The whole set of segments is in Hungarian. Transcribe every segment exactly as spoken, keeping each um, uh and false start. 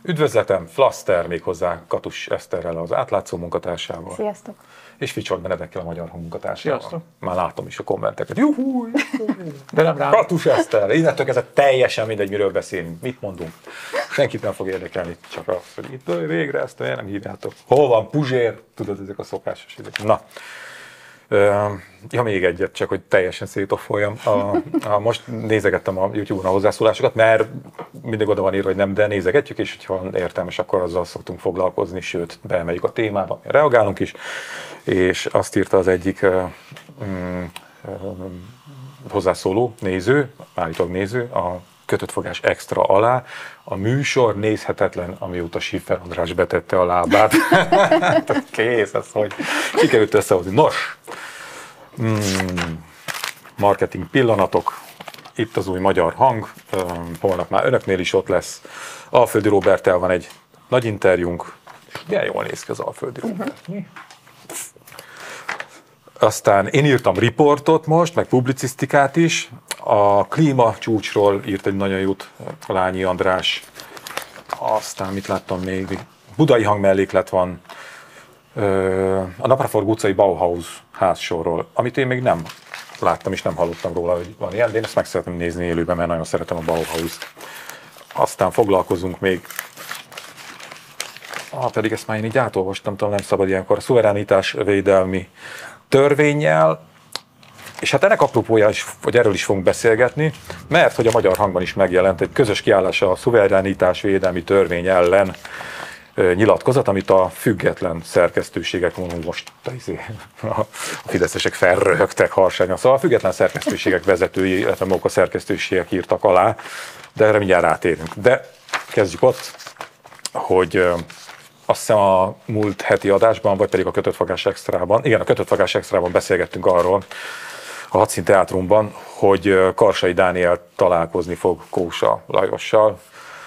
Üdvözletem, Flaszter, méghozzá Katus Eszterrel, az átlátszó munkatársával. Sziasztok! És Ficsolt Benedekkel, a Magyar Hang munkatársával. Sziasztok! Már látom is a kommenteket. Juhú! De nem rám. Katus Eszter! Innentől kezdve teljesen mindegy, miről beszélünk, mit mondunk. Senkit nem fog érdekelni, csak az, hogy itt végre ezt miért nem hívjátok. Hol van Puzsér? Tudod, ezek a szokásos idők. Na. Ja, még egyet, csak hogy teljesen szétoffoljam. A, a, most nézegettem a YouTube-on a hozzászólásokat, mert mindig oda van írva, hogy nem, de nézegetjük, és ha értelmes, akkor azzal szoktunk foglalkozni, sőt, beemeljük a témába, reagálunk is. És azt írta az egyik um, um, hozzászóló, néző, állítólag néző, a kötött fogás extra alá, a műsor nézhetetlen, amióta Schiffer András betette a lábát. Kész, ez hogy sikerült összehozni. Nos, hmm, marketing pillanatok, itt az új Magyar Hang, holnap már önöknél is ott lesz. Alföldi Róberttel van egy nagy interjúnk, milyen jól néz ki az Alföldi Róbert. Aztán én írtam riportot most, meg publicisztikát is. A klímacsúcsról írt egy nagyon jót Lányi András. Aztán mit láttam még? Budai Hang melléklet van. A Napraforgó utcai Bauhaus házsorról, amit én még nem láttam és nem hallottam róla, hogy van ilyen, de én ezt meg szeretném nézni élőben, mert nagyon szeretem a Bauhaust. Aztán foglalkozunk még, ah, pedig ezt már én így átolvastam, talán nem szabad ilyenkor, a szuverenitás védelmi törvénnyel, és hát ennek apropóján is, hogy erről is fogunk beszélgetni, mert hogy a Magyar Hangban is megjelent egy közös kiállása a szuverenitás védelmi törvény ellen nyilatkozat, amit a független szerkesztőségek, mondom most a fideszesek felröhögtek harsányan, szóval a független szerkesztőségek vezetői, illetve maguk a szerkesztőségek írtak alá, de erre mindjárt rátérünk. De kezdjük ott, hogy azt hiszem a múlt heti adásban, vagy pedig a Kötött Fogás Extrában, igen, a Kötött Fogás Extrában beszélgettünk arról, a Hadszín Teátrumban, hogy Karsai Dániel találkozni fog Kósa Lajossal,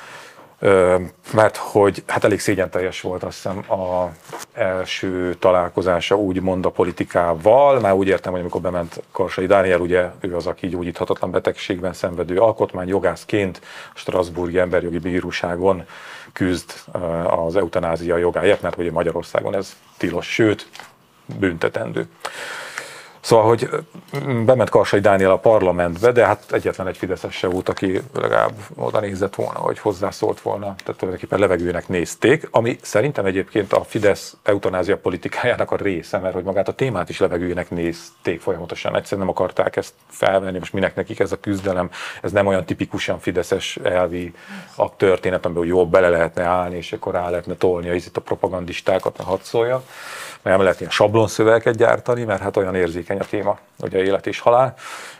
mert hogy hát elég szégyenteljes volt, azt hiszem, az első találkozása úgymond a politikával, már úgy értem, hogy amikor bement Karsai Dániel, ugye ő az, aki gyógyíthatatlan betegségben szenvedő alkotmányjogászként a Strasbourgi Emberjogi Bíróságon küzd az eutanázia jogáért, mert hogy Magyarországon ez tilos, sőt, büntetendő. Szóval, hogy bement Karsai Dániel a parlamentbe, de hát egyetlen egy fideszes se volt, aki legalább oda nézett volna, vagy hozzászólt volna. Tehát tulajdonképpen levegőnek nézték, ami szerintem egyébként a Fidesz eutanázia politikájának a része, mert hogy magát a témát is levegőnek nézték folyamatosan. Egyszerűen nem akarták ezt felvenni, most minek nekik ez a küzdelem, ez nem olyan tipikusan fideszes elvi a történet, amiben jól bele lehetne állni, és akkor rá lehetne tolni a, a propagandistákat, ne hadd szólja. Mert nem lehet ilyen sablonszövegeket gyártani, mert hát olyan érzékeny a téma, ugye élet és halál,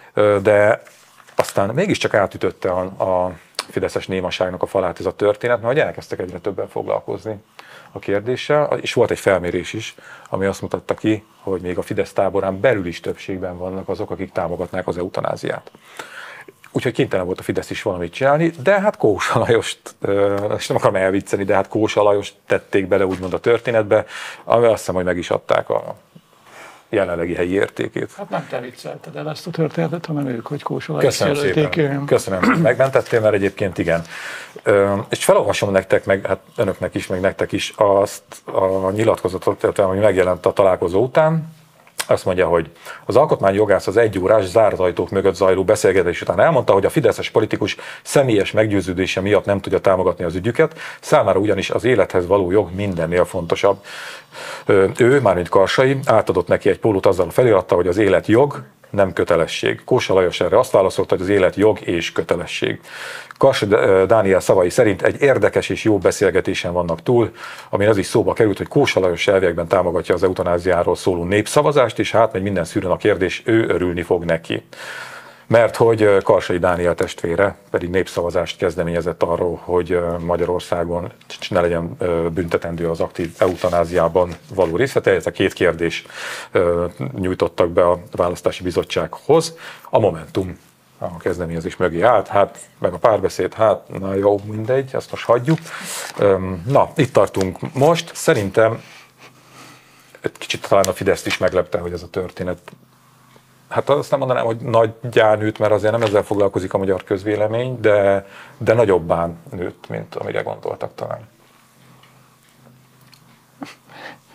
de aztán mégiscsak átütötte a, a fideszes némaságnak a falát ez a történet, mert hogy elkezdtek egyre többen foglalkozni a kérdéssel, és volt egy felmérés is, ami azt mutatta ki, hogy még a Fidesz táborán belül is többségben vannak azok, akik támogatnák az eutanáziát. Úgyhogy kénytelen volt a Fidesz is valamit csinálni, de hát Kósa Lajost, és nem akarom elvicceni, de hát Kósa Lajost tették bele úgymond a történetbe, ami azt hiszem, hogy meg is adták a jelenlegi helyi értékét. Hát nem te viccelted el ezt a történetet, hanem ők, hogy Kósa Lajos Köszönöm szépen. Köszönöm, megmentettél, mert egyébként igen. És felolvasom nektek, meg hát önöknek is, meg nektek is azt a nyilatkozatot, ami megjelent a találkozó után. Azt mondja, hogy az alkotmányjogász az egy órás zárt ajtók mögött zajló beszélgetés után elmondta, hogy a fideszes politikus személyes meggyőződése miatt nem tudja támogatni az ügyüket, számára ugyanis az élethez való jog mindennél fontosabb. Ő, mármint Karsai, átadott neki egy pólót azzal a felirattal, hogy az élet jog, nem kötelesség. Kósa Lajos erre azt válaszolta, hogy az élet jog és kötelesség. Karsai Dániel szavai szerint egy érdekes és jó beszélgetésen vannak túl, amin az is szóba került, hogy Kósa Lajos elviekben támogatja az eutanáziáról szóló népszavazást, és hát megy minden szűrőn a kérdés, ő örülni fog neki. Mert hogy Karsai Dániel testvére pedig népszavazást kezdeményezett arról, hogy Magyarországon ne legyen büntetendő az aktív eutanáziában való részvétel. Ez a két kérdés nyújtottak be a választási bizottsághoz. A Momentum a kezdeményezés mögé állt, hát meg a Párbeszéd, hát na jó, mindegy, ezt most hagyjuk. Na, itt tartunk most. Szerintem egy kicsit talán a Fideszt is meglepte, hogy ez a történet, hát azt nem mondanám, hogy nagyján nőtt, mert azért nem ezzel foglalkozik a magyar közvélemény, de, de nagyobbán nőtt, mint amire gondoltak talán.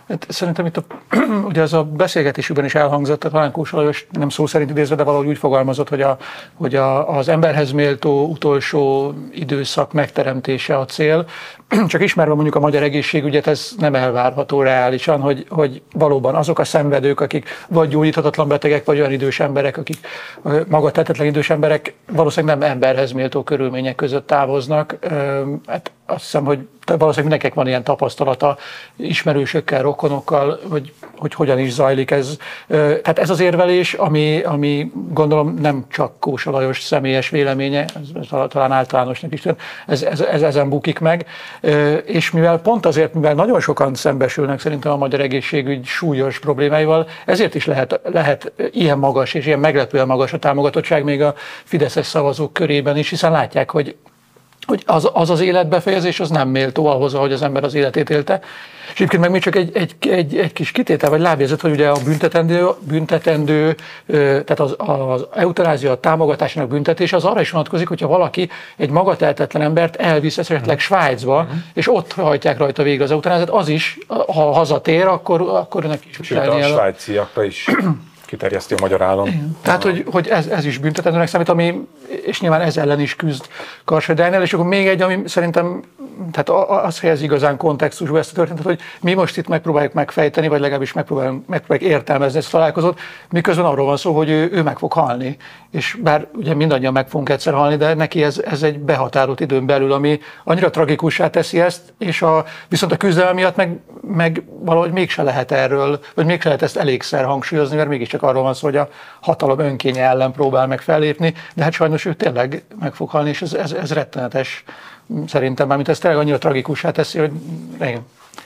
Hát szerintem itt a, ugye az a beszélgetésükben is elhangzott, tehát talán Kósa Lajos nem szó szerint idézve, de valahogy úgy fogalmazott, hogy, a, hogy a, az emberhez méltó utolsó időszak megteremtése a cél. Csak ismerve mondjuk a magyar egészségügyet, ez nem elvárható reálisan, hogy, hogy valóban azok a szenvedők, akik vagy gyógyíthatatlan betegek, vagy olyan idős emberek, akik magatehetetlen idős emberek valószínűleg nem emberhez méltó körülmények között távoznak. Hát azt hiszem, hogy valószínűleg mindenkinek van ilyen tapasztalata ismerősökkel, rokonokkal, hogy, hogy hogyan is zajlik ez. Tehát ez az érvelés, ami, ami gondolom nem csak Kósa Lajos személyes véleménye, ez talán általánosnak is, ez, ez, ez ezen bukik meg. És mivel pont azért, mivel nagyon sokan szembesülnek szerintem a magyar egészségügy súlyos problémáival, ezért is lehet, lehet ilyen magas és ilyen meglepően magas a támogatottság még a fideszes szavazók körében is, hiszen látják, hogy hogy az, az az életbefejezés az nem méltó ahhoz, ahogy az ember az életét élte. És egyébként meg még csak egy, egy, egy, egy kis kitétel, vagy lábjegyzet, hogy ugye a büntetendő, büntetendő tehát az, az eutanázia támogatásának büntetése az arra is vonatkozik, hogyha valaki egy magatehetetlen embert elvisz esetleg Svájcba, uh-huh. és ott hajtják rajta végre az eutanáziát, az is, ha hazatér, akkor, akkor ennek is viselni el. A svájciakra is kiterjeszti a magyar állam. Igen. Tehát, hogy, hogy ez, ez is büntetendőnek számít, ami, és nyilván ez ellen is küzd Karsai Dániel, és akkor még egy, ami szerintem, tehát az helyez igazán kontextusba ezt a történetet, hogy mi most itt megpróbáljuk megfejteni, vagy legalábbis megpróbáljuk, megpróbáljuk értelmezni ezt a találkozót, miközben arról van szó, hogy ő, ő meg fog halni. És bár ugye mindannyian meg fogunk egyszer halni, de neki ez, ez egy behatárolt időn belül, ami annyira tragikussá teszi ezt, és a, viszont a küzdelem miatt meg, meg valahogy mégse lehet erről, vagy mégse lehet ezt elégszer hangsúlyozni, mert mégiscsak arról van szó, hogy a hatalom önkénye ellen próbál meg fellépni, de hát sajnos ő tényleg meg fog halni, és ez, ez, ez rettenetes szerintem, mármint ez tényleg annyira tragikussá teszi, hogy igen.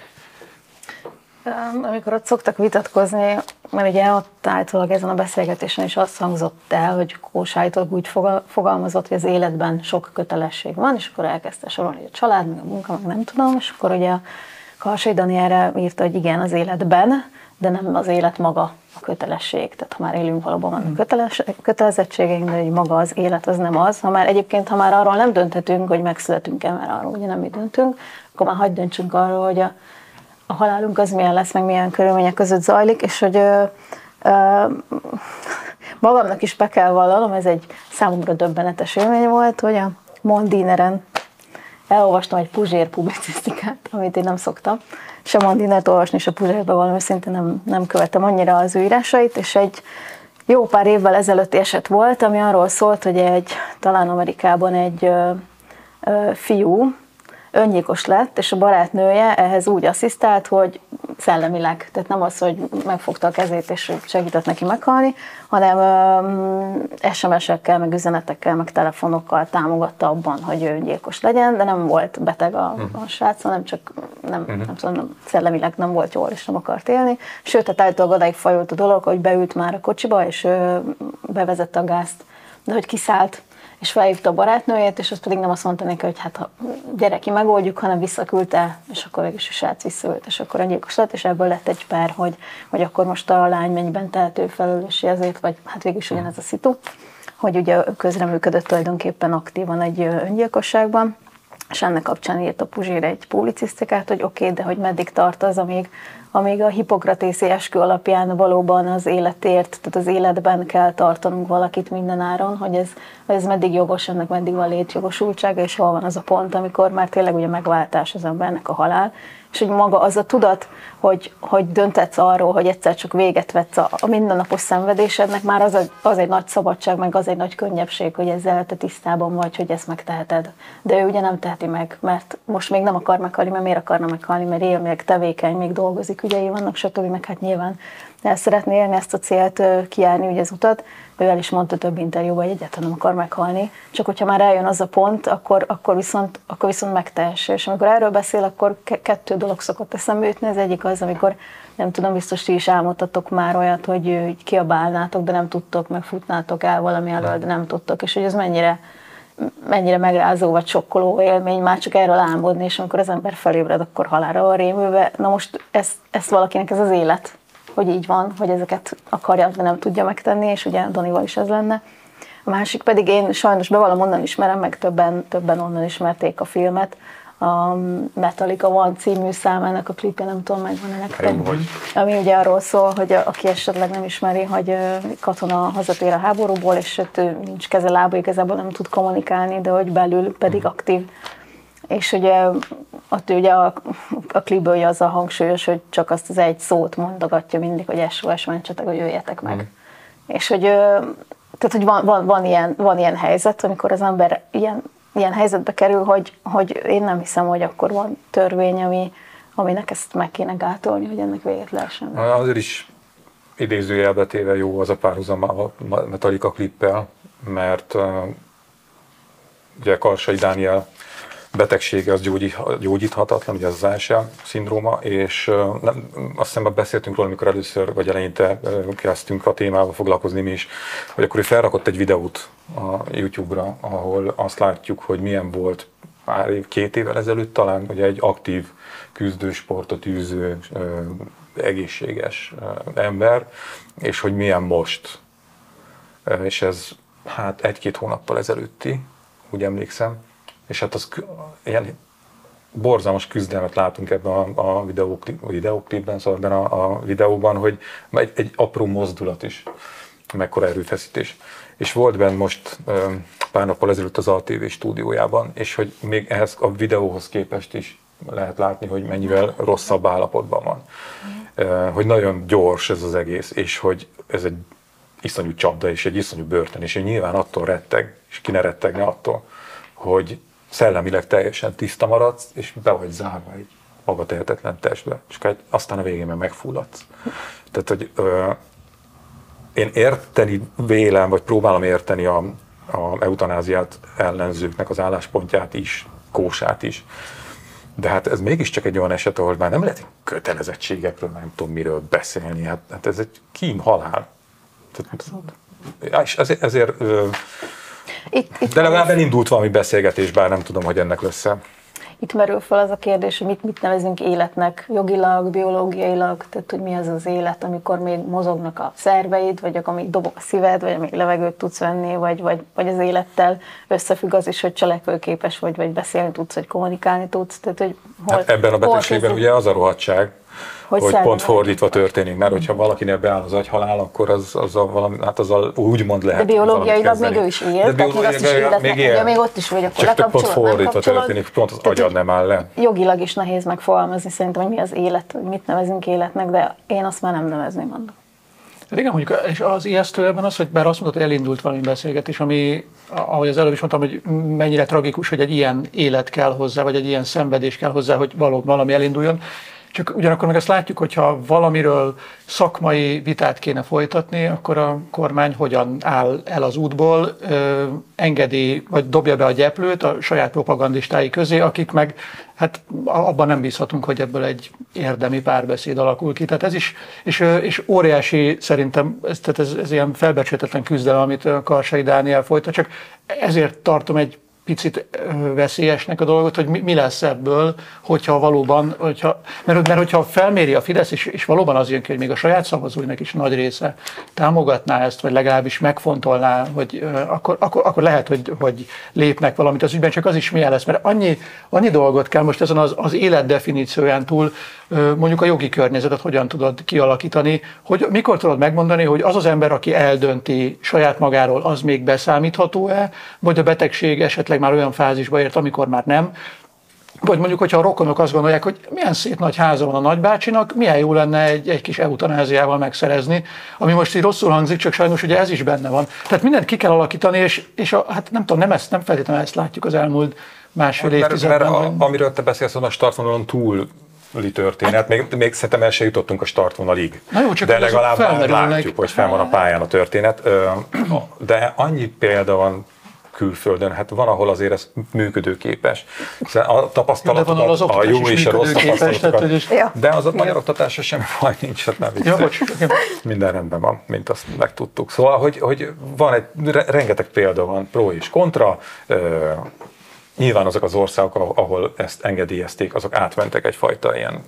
Amikor ott szoktak vitatkozni, mert ugye ott állítólag ezen a beszélgetésen is azt hangzott el, hogy Kósa állítólag úgy fogalmazott, hogy az életben sok kötelesség van, és akkor elkezdte sorolni a család, meg a munka, meg nem tudom, és akkor ugye a Karsai Dani erre írta, hogy igen, az életben, de nem az élet maga a kötelesség. Tehát ha már élünk, valóban vannak köteles, kötelezettségeink, de hogy maga az élet az nem az. Ha már egyébként, ha már arról nem dönthetünk, hogy megszületünk-e, mert arról ugye nem mi döntünk, akkor már hagyd döntsünk arról, hogy a, a halálunk az milyen lesz, meg milyen körülmények között zajlik, és hogy ö, ö, magamnak is be kell vallanom, ez egy számomra döbbenetes élmény volt, hogy a Mondineren elolvastam egy Puzsér publicisztikát, amit én nem szoktam, se Mondinert olvasni, és a Puzsérbe valami szintén nem, nem követem annyira az ő írásait, és egy jó pár évvel ezelőtti eset volt, ami arról szólt, hogy egy, talán Amerikában egy ö, ö, fiú öngyilkos lett, és a barátnője ehhez úgy asszisztált, hogy szellemileg, tehát nem az, hogy megfogta a kezét és segített neki meghalni, hanem es em es-ekkel, meg üzenetekkel, meg telefonokkal támogatta abban, hogy ő öngyilkos legyen, de nem volt beteg a, a srác, hanem csak nem, uh-huh. nem tudom, nem, szellemileg nem volt jól, és nem akart élni. Sőt, tehát állítólag odáig fajult a dolog, hogy beült már a kocsiba, és bevezette a gázt, de hogy kiszállt, és felhívta a barátnőjét, és azt pedig nem azt mondta neki, hogy hát ha gyereki megoldjuk, hanem visszaküldte, és akkor végül is a srác visszaült, és akkor öngyilkos lett, és ebből lett egy per, hogy, hogy akkor most a lány mennyiben tehető felelőssé ezért, vagy hát végül is ugyanez a szitu, hogy ugye közreműködött tulajdonképpen aktívan egy öngyilkosságban, és ennek kapcsán írt a Puzsér egy publicisztikát, hogy oké, okay, de hogy meddig tart az, amíg, amíg a hipokratészi eskü alapján valóban az életért, tehát az életben kell tartanunk valakit mindenáron, hogy ez, hogy ez meddig jogos, ennek meddig van létjogosultsága, és hol van az a pont, amikor már tényleg ugye megváltás az embernek a halál, és hogy maga az a tudat, hogy, hogy döntetsz arról, hogy egyszer csak véget vetsz a, a mindennapos szenvedésednek, már az, a, az egy nagy szabadság, meg az egy nagy könnyebbség, hogy ezzel te tisztában vagy, hogy ezt megteheted. De ő ugye nem teheti meg, mert most még nem akar meghalni, mert miért akarna meghalni, mert él, még tevékeny, még dolgozik, ügyei vannak, stb. Meg hát nyilván el szeretné élni ezt a célt, kijárni ugye az utat. Ő el is mondta több interjúban, hogy egyáltalán nem akar meghalni, csak hogyha már eljön az a pont, akkor, akkor, viszont, akkor viszont megtehesse. És amikor erről beszél, akkor kettő dolog szokott eszembe jutni. Az egyik az, amikor nem tudom, biztos ti is álmodtatok már olyat, hogy kiabálnátok, de nem tudtok, meg futnátok el valami elől, de nem tudtok. És hogy ez mennyire, mennyire megrázó vagy sokkoló élmény, már csak erről álmodni, és amikor az ember felébred, akkor halálra van rémülve. Na most ezt, ezt valakinek ez az élet, hogy így van, hogy ezeket akarja, de nem tudja megtenni, és ugye Danival is ez lenne. A másik pedig én sajnos bevallom, onnan ismerem, meg többen, többen onnan ismerték a filmet, a Metallica One című számának a klipje, nem tudom, megvan-e nektek. Ami ugye arról szól, hogy a, aki esetleg nem ismeri, hogy katona hazatér a háborúból, és ő nincs keze, lába, igazából nem tud kommunikálni, de hogy belül pedig aktív. És ugye ott ugye a, a klipből ugye az a hangsúlyos, hogy csak azt az egy szót mondogatja mindig, hogy es o es mentsetek, hogy jöjjetek meg. Mm. És hogy, tehát, hogy van, van, van, ilyen, van ilyen helyzet, amikor az ember ilyen, ilyen helyzetbe kerül, hogy, hogy én nem hiszem, hogy akkor van törvény, ami, aminek ezt meg kéne gátolni, hogy ennek véget lehessen. Azért is idézőjelbe téve jó az a párhuzam a Metallica klippel, mert uh, ugye Karsai Dániel betegsége az gyógyíthatatlan, ugye az az á es el szindróma, és uh, nem, azt hiszem beszéltünk róla, amikor először, vagy eleinte uh, kezdtünk a témával foglalkozni mi is, hogy akkor ő felrakott egy videót a YouTube-ra, ahol azt látjuk, hogy milyen volt pár év, két évvel ezelőtt talán, ugye egy aktív küzdősportot űző, uh, egészséges uh, ember, és hogy milyen most. Uh, és ez hát egy-két hónappal ezelőtti, úgy emlékszem, és hát az ilyen borzalmas küzdelmet látunk ebben a, a videóklip, videóklipben, szóval ebben a, a videóban, hogy egy, egy apró mozdulat is, mekkora erőfeszítés. És volt benne most pár nappal ezelőtt az á té vé stúdiójában, és hogy még ehhez a videóhoz képest is lehet látni, hogy mennyivel rosszabb állapotban van. Hogy nagyon gyors ez az egész, és hogy ez egy iszonyú csapda, és egy iszonyú börtön, és nyilván attól retteg, és ki ne rettegne attól, hogy szellemileg teljesen tiszta maradsz, és be vagy zárva egy magatehetetlen testbe, és aztán a végén meg megfulladsz. Tehát, hogy ö, én érteni vélem, vagy próbálom érteni a, a eutanáziát ellenzőknek az álláspontját is, Kósát is, de hát ez mégiscsak egy olyan eset, ahol már nem lehet kötelezettségekről, nem tudom miről beszélni, hát, hát ez egy kím halál. Tehát, és ezért, ezért ö, Itt, itt de legalább elindult valami beszélgetés, bár nem tudom, hogy ennek lesz-e. Itt merül fel az a kérdés, hogy mit, mit nevezünk életnek, jogilag, biológiailag, tehát hogy mi az az élet, amikor még mozognak a szerveid, vagy amíg dobog a szíved, vagy amíg levegőt tudsz venni, vagy, vagy, vagy az élettel összefügg az is, hogy cselekvőképes vagy, vagy beszélni tudsz, vagy kommunikálni tudsz. Tehát, hogy hol, hát ebben a betegségben ugye az a rohadtság, hogy, hogy pont fordítva történik, mert hogyha valakinél beáll az agyhalál, akkor az, az a valami, hát azzal úgymond lehet. De biológiailag még ő is él, tehát még azt is életnek, ugye még ott is vagy, akkor lekapcsolod, pont fordítva történik, pont az agyad nem áll le. Jogilag is nehéz megfogalmazni szerintem, hogy mi az élet, hogy mit nevezünk életnek, de én azt már nem nevezném, mondom. Igen, mondjuk, és az ijesztő ebben az, hogy bár azt mondod, hogy elindult valami beszélgetés, ami, ahogy az előbb is mondtam, hogy mennyire tragikus, hogy egy ilyen élet kell hozzá, vagy egy ilyen szenvedés kell hozzá, hogy valami elinduljon. Csak ugyanakkor meg azt látjuk, hogyha valamiről szakmai vitát kéne folytatni, akkor a kormány hogyan áll el az útból, ö, engedi, vagy dobja be a gyeplőt a saját propagandistái közé, akik meg hát abban nem bízhatunk, hogy ebből egy érdemi párbeszéd alakul ki. Tehát ez is, és, és óriási szerintem, ez, tehát ez, ez ilyen felbecsülhetetlen küzdelem, amit Karsai Dániel folytat, csak ezért tartom egy picit veszélyesnek a dolgot, hogy mi, mi lesz ebből, hogyha valóban, hogyha, mert, mert hogyha felméri a Fidesz, és, és valóban az jön ki, hogy még a saját szavazóinak is nagy része támogatná ezt, vagy legalábbis megfontolná, hogy uh, akkor, akkor, akkor lehet, hogy, hogy lépnek valamit az ügyben, csak az is milyen lesz, mert annyi, annyi dolgot kell most ezen az, az élet definícióján túl, uh, mondjuk a jogi környezetet hogyan tudod kialakítani, hogy mikor tudod megmondani, hogy az az ember, aki eldönti saját magáról, az még beszámítható-e, vagy a betegség esetleg már olyan fázisba ért, amikor már nem. Vagy mondjuk, hogyha a rokonok azt gondolják, hogy milyen szép nagy háza van a nagybácsinak, milyen jó lenne egy, egy kis eutanáziával megszerezni, ami most így rosszul hangzik, csak sajnos ugye ez is benne van. Tehát mindent ki kell alakítani, és, és a, hát nem tudom, nem, ezt, nem feltétlenül ezt látjuk az elmúlt másfél évtizedben. Mert, mert a, amiről te beszélsz, a startvonalon túl történet, hát, még, még szerintem el se jutottunk a startvonalig. Jó, csak de legalább látjuk, hogy fel van a pályán a történet. De annyi példa van külföldön, hát van, ahol azért ez működőképes. A tapasztalatokat, ja, a jó és a rossz tapasztalatokat, is, de az a magyar oktatásra semmi baj nincs, hát nem ja, bocs, minden rendben van, mint azt megtudtuk. Szóval, hogy, hogy van egy, rengeteg példa van, pro és kontra, nyilván azok az országok, ahol ezt engedélyezték, azok átmentek egyfajta ilyen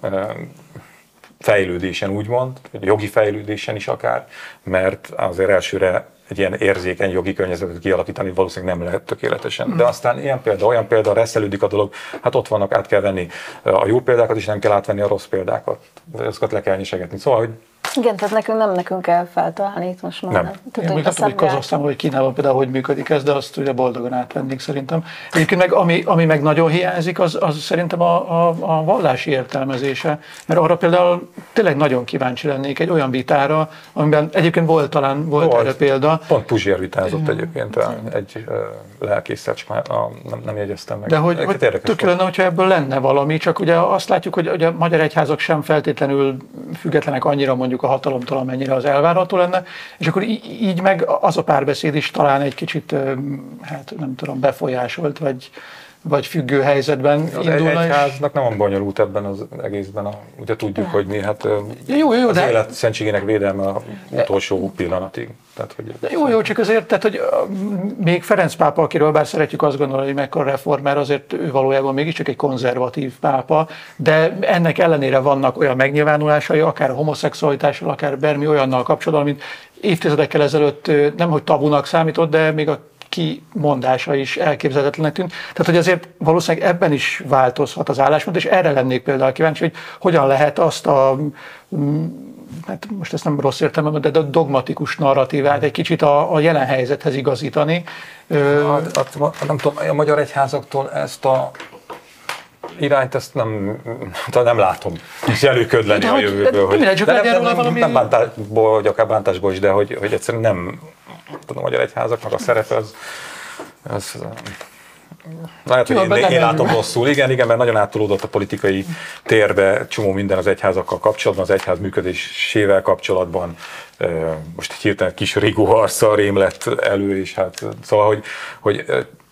fejlődésen úgymond, jogi fejlődésen is akár, mert azért elsőre egy ilyen érzékeny jogi környezetet kialakítani valószínűleg nem lehet tökéletesen. De aztán ilyen példa, olyan példa, reszelődik a dolog, hát ott vannak, át kell venni a jó példákat is, nem kell átvenni a rossz példákat, azokat le kell nyesegetni. Szóval, hogy igen, tehát nekünk nem nekünk kell feltalálni itt most már. Nem. Nem. Én még nem tudom, hogy Kazahsztánban vagy Kínában például hogy működik ez, de azt ugye boldogan átvennék szerintem. Egyébként meg ami, ami meg nagyon hiányzik, az, az szerintem a, a, a vallási értelmezése. Mert arra például tényleg nagyon kíváncsi lennék egy olyan vitára, amiben egyébként volt talán volt volt. erre példa. Pont Puzsér vitázott egyébként egy lelkészsel, csak már nem, nem jegyeztem meg. De hogy, hogy tök lenne, hogyha ebből lenne valami, csak ugye azt látjuk, hogy, hogy a magyar egyházak sem feltétlenül függetlenek annyira mondjuk a hatalomtól, amennyire az elvárható lenne, és akkor így meg az a párbeszéd is talán egy kicsit, hát nem tudom, befolyásolt, vagy, vagy függő helyzetben az indulna. Az egyháznak nem van bonyolult ebben az egészben, a, ugye tudjuk, hogy mi, hát jó, jó, az de... élet szentségének védelme az utolsó pillanatig. Tehát, hogy de jó, jó, csak azért, tehát, hogy még Ferenc pápa, akiről bár szeretjük azt gondolni, hogy mekkora reformer, azért ő valójában mégiscsak egy konzervatív pápa, de ennek ellenére vannak olyan megnyilvánulásai, akár a homoszexualitással, akár bármi olyannal kapcsolatban, mint évtizedekkel ezelőtt nem hogy tabunak számított, de még a kimondása is elképzelhetetlenek tűnt. Tehát, hogy azért valószínűleg ebben is változhat az álláspont, és erre lennék például kíváncsi, hogy hogyan lehet azt a, hát most ezt nem rossz értelmem, de dogmatikus narratívát egy kicsit a, a jelen helyzethez igazítani. Hát, hát, nem tudom, a magyar egyházaktól ezt a irányt ezt nem, nem látom és előködleni a jövőből. Hogy, de nem, nem, nem, valami... nem bántásból, vagy akár bántásból is, de hogy, hogy egyszerűen nem tudom, a magyar egyházaknak a szerepe az, az lehet, hogy én, én látom rosszul. Igen, igen, mert nagyon áttolódott a politikai térbe csomó minden az egyházakkal kapcsolatban, az egyház működésével kapcsolatban. Most egy hirtelen kis rigó arccal rém lett elő, és hát szóval, hogy, hogy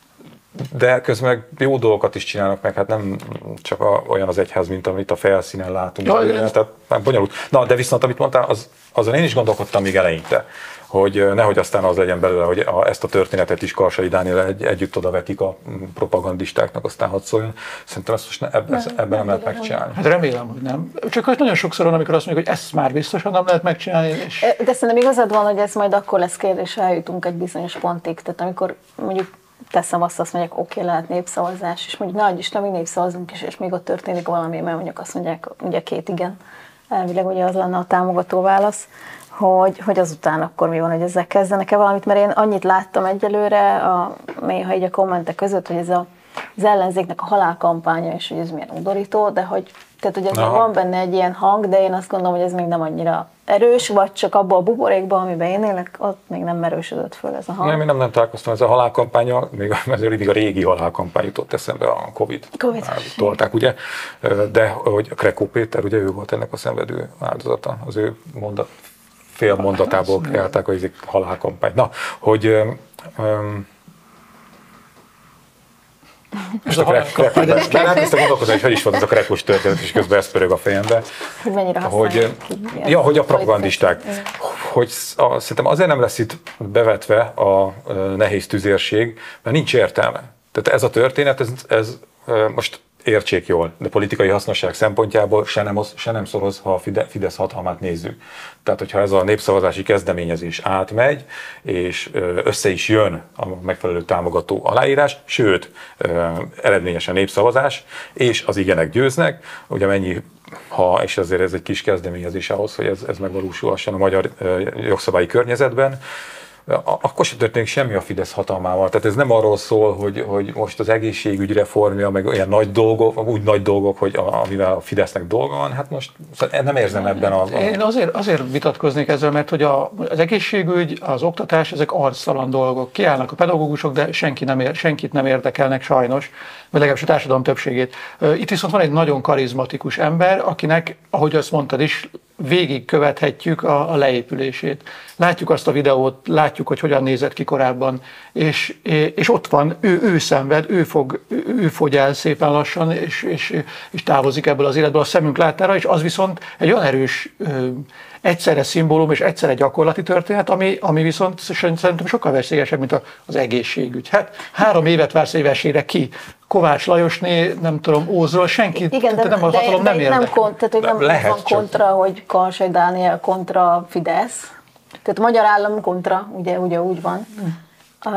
de közben meg jó dolgokat is csinálnak meg, hát nem csak a, olyan az egyház, mint amit a felszínen látunk. Ja, tehát nem bonyolult. Na, de viszont amit mondtál, az, azon én is gondolkodtam még eleinte, hogy nehogy aztán az legyen belőle, hogy a, ezt a történetet is Karsai Dániel egy, együtt odavetik a propagandistáknak, aztán hadd szóljon. Szerintem ezt most ne, ebben, nem, ebben nem, nem lehet megcsinálni. Hát remélem, hogy nem. Csak hogy nagyon sokszor van, amikor azt mondjuk, hogy ezt már biztosan nem lehet megcsinálni. És... De szerintem igazad van, hogy ez majd akkor lesz kérdés, ha eljutunk egy bizonyos pontig. Tehát amikor mondjuk teszem azt, azt mondják, oké, okay, lehet népszavazás, és mondjuk, nagy Isten, még népszavazunk is, és még ott történik valami, mert mondjuk azt mondják, ugye két igen, elvileg ugye az lenne a támogató válasz, hogy, hogy azután akkor mi van, hogy ezzel kezdenek-e valamit, mert én annyit láttam egyelőre, a, néha így a kommentek között, hogy ez a, az ellenzéknek a halálkampánya, és hogy ez milyen undorító, de hogy, tehát, hogy van benne egy ilyen hang, de én azt gondolom, hogy ez még nem annyira erős, vagy csak abban a buborékban, amiben én élek, ott még nem erősödött föl ez a hang. Nem, én nem, nem találkoztam ez a halálkampánya, még, még a régi halálkampány jutott eszembe, a Covid. Covid. Tolták, ugye? De hogy a Krekó Péter, ugye ő volt ennek a szenvedő áldozata, az ő mondat, fél mondatából kreálták a halálkampányt. Na, hogy um, ezt a, krek, krek, krek, krek, ezt a gondolkozás, hogy is van ez a krekos történet, és közben ez pörög a fejembe. Hogy mennyire hogy, ja, hogy a propagandisták. Hogy a, szerintem azért nem lesz itt bevetve a nehéz tüzérség, mert nincs értelme. Tehát ez a történet, ez, ez most értsék jól, de politikai hasznosság szempontjából se nem, se nem szoroz, ha a Fidesz hatalmát nézzük. Tehát, hogyha ez a népszavazási kezdeményezés átmegy, és össze is jön a megfelelő támogató aláírás, sőt, eredményesen népszavazás, és az igenek győznek, ugye mennyi, ha, és azért ez egy kis kezdeményezés ahhoz, hogy ez, ez megvalósulhasson a magyar jogszabályi környezetben, akkor sem történik semmi a Fidesz hatalmával. Tehát ez nem arról szól, hogy, hogy most az egészségügy reformja, meg olyan nagy dolgok, úgy nagy dolgok, hogy a, amivel a Fidesznek dolga van, hát most nem érzem ebben a... a... Én azért, azért vitatkoznék ezzel, mert hogy a, az egészségügy, az oktatás, ezek arctalan dolgok. Kiállnak a pedagógusok, de senki nem ér, senkit nem érdekelnek sajnos, vagy legalábbis a társadalom többségét. Itt viszont van egy nagyon karizmatikus ember, akinek, ahogy azt mondtad is, végig követhetjük a, a leépülését. Látjuk azt a videót, látjuk, hogy hogyan nézett ki korábban, és, és ott van, ő, ő szenved, ő, fog, ő fogy el szépen lassan, és, és, és távozik ebből az életből a szemünk láttára, és az viszont egy olyan erős, egyszerre szimbólum és egyszerre gyakorlati történet, ami, ami viszont szerintem sokkal veszélyesebb, mint az egészségügy. Hát három évet vársz évesére ki, Kovács Lajosné, nem tudom, Ózról, senki, igen, de, nem a hatalom de, nem de érdekel. Nem, tehát, hogy nem lehet, van kontra, csak... hogy Karsai Dániel kontra Fidesz, Tehát a magyar állam kontra, ugye, ugye úgy van. Uh,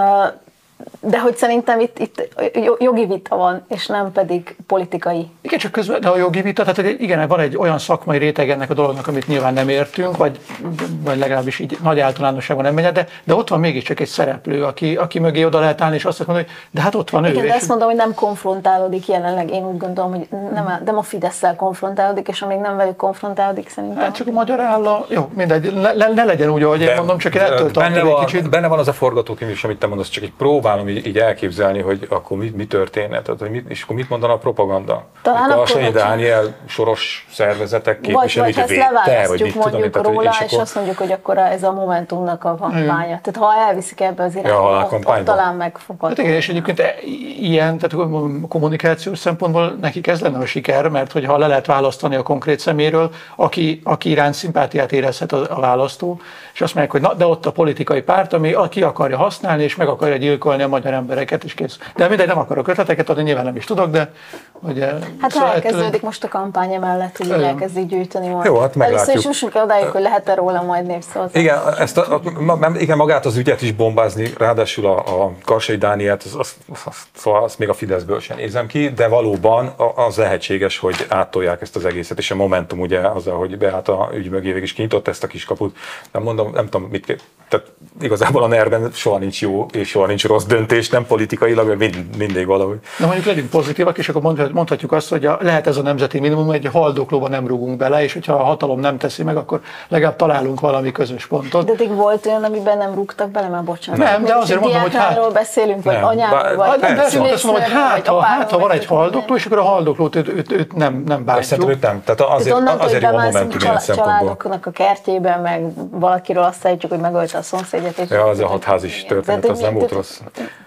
de hogy szerintem itt, itt jogi vita van, és nem pedig politikai. Igen, csak közben, de a jogi vita, tehát igen, van egy olyan szakmai réteg ennek a dolognak, amit nyilván nem értünk, vagy, vagy legalábbis így nagy általánosságban nem megy, de, de ott van mégiscsak egy szereplő, aki, aki mögé oda lehet állni, és azt mondani, hogy de hát ott van ő. Igen, de azt mondom, hogy nem konfrontálódik jelenleg, én úgy gondolom, hogy nem a, nem a Fidesszel konfrontálódik, és amíg nem velük konfrontálódik, szerintem. Hát csak a magyar állam, jó, mindegy, ne, ne legyen úgy, ahogy én mondom, csak én ettől tartom egy kicsit. Benne van az a forgatókönyv is, amit te mondasz, csak így próbálom így, így elképzelni, hogy akkor mi, mi történne, tehát, hogy mit, és akkor mit mondana a propaganda? Talán a akkor, Dániel soros szervezetek képviselői, vagy, vagy védte, leválasztjuk vagy mondjuk tudom, róla, tehát, és, és akkor... azt mondjuk, hogy akkor ez a Momentumnak a kampánya. Tehát ha elviszik ebbe az irányba, ja, ott, ott talán megfogható. Hát igen, és egyébként ilyen, tehát kommunikációs szempontból nekik ez lenne a siker, mert hogyha le lehet választani a konkrét szeméről, aki, aki iránt szimpátiát érezhet a, a választó, és azt mondják, hogy na, de ott a politikai párt, ami ki akarja használni, és meg akarja gyilkolni a magyar embereket, és kész. De mindegy, nem akarok ötleteket adni, nyilván nem is tudok, de ugye... Hát szóval elkezdődik ettől... most a kampány mellett, hogy elkezdik gyűjteni majd. Jó, hát meglátjuk. Először is jussunk el odáig, hogy lehet-e róla majd népszavazni. Igen, ezt a, a, igen, magát az ügyet is bombázni, ráadásul a, a Karsai Dánielt, az, az, az, szóval azt még a Fideszből sem nézem ki, de valóban az lehetséges, hogy áttolják ezt az egészet, és a Momentum ugye azzal, hogy Beáta ügy mögé végig is kinyitott ezt a kiskaput. Nem mondom, nem tudom, mit, tehát igazából a nerben soha nincs jó, és soha nincs rossz döntés, nem politikailag, mind, mindig valahogy. Na mondjuk legyünk pozitívak, és akkor mondhatjuk azt, hogy a, lehet ez a nemzeti minimum, egy haldoklóba nem rúgunk bele, és hogyha a hatalom nem teszi meg, akkor legalább találunk valami közös pontot. De eddig volt olyan, amiben nem rúgtak bele, már bocsánat. Nem, de azért mondom, hogy hát... beszélünk, vagy anyáról, vagy szülésről, vagy hát, ha, hát, ha van egy haldokló, és akkor a haldoklót őt, őt, őt nem, nem bántjuk. Szerintem őt nem. Tehát azért, Tehát onnan, azért jó a Momentum ilyen szempontból. Családoknak a kertjében, meg valakiről azt állítjuk, hogy megölte a szomszédját. Ja, az a hatházis történet, az nem volt rossz.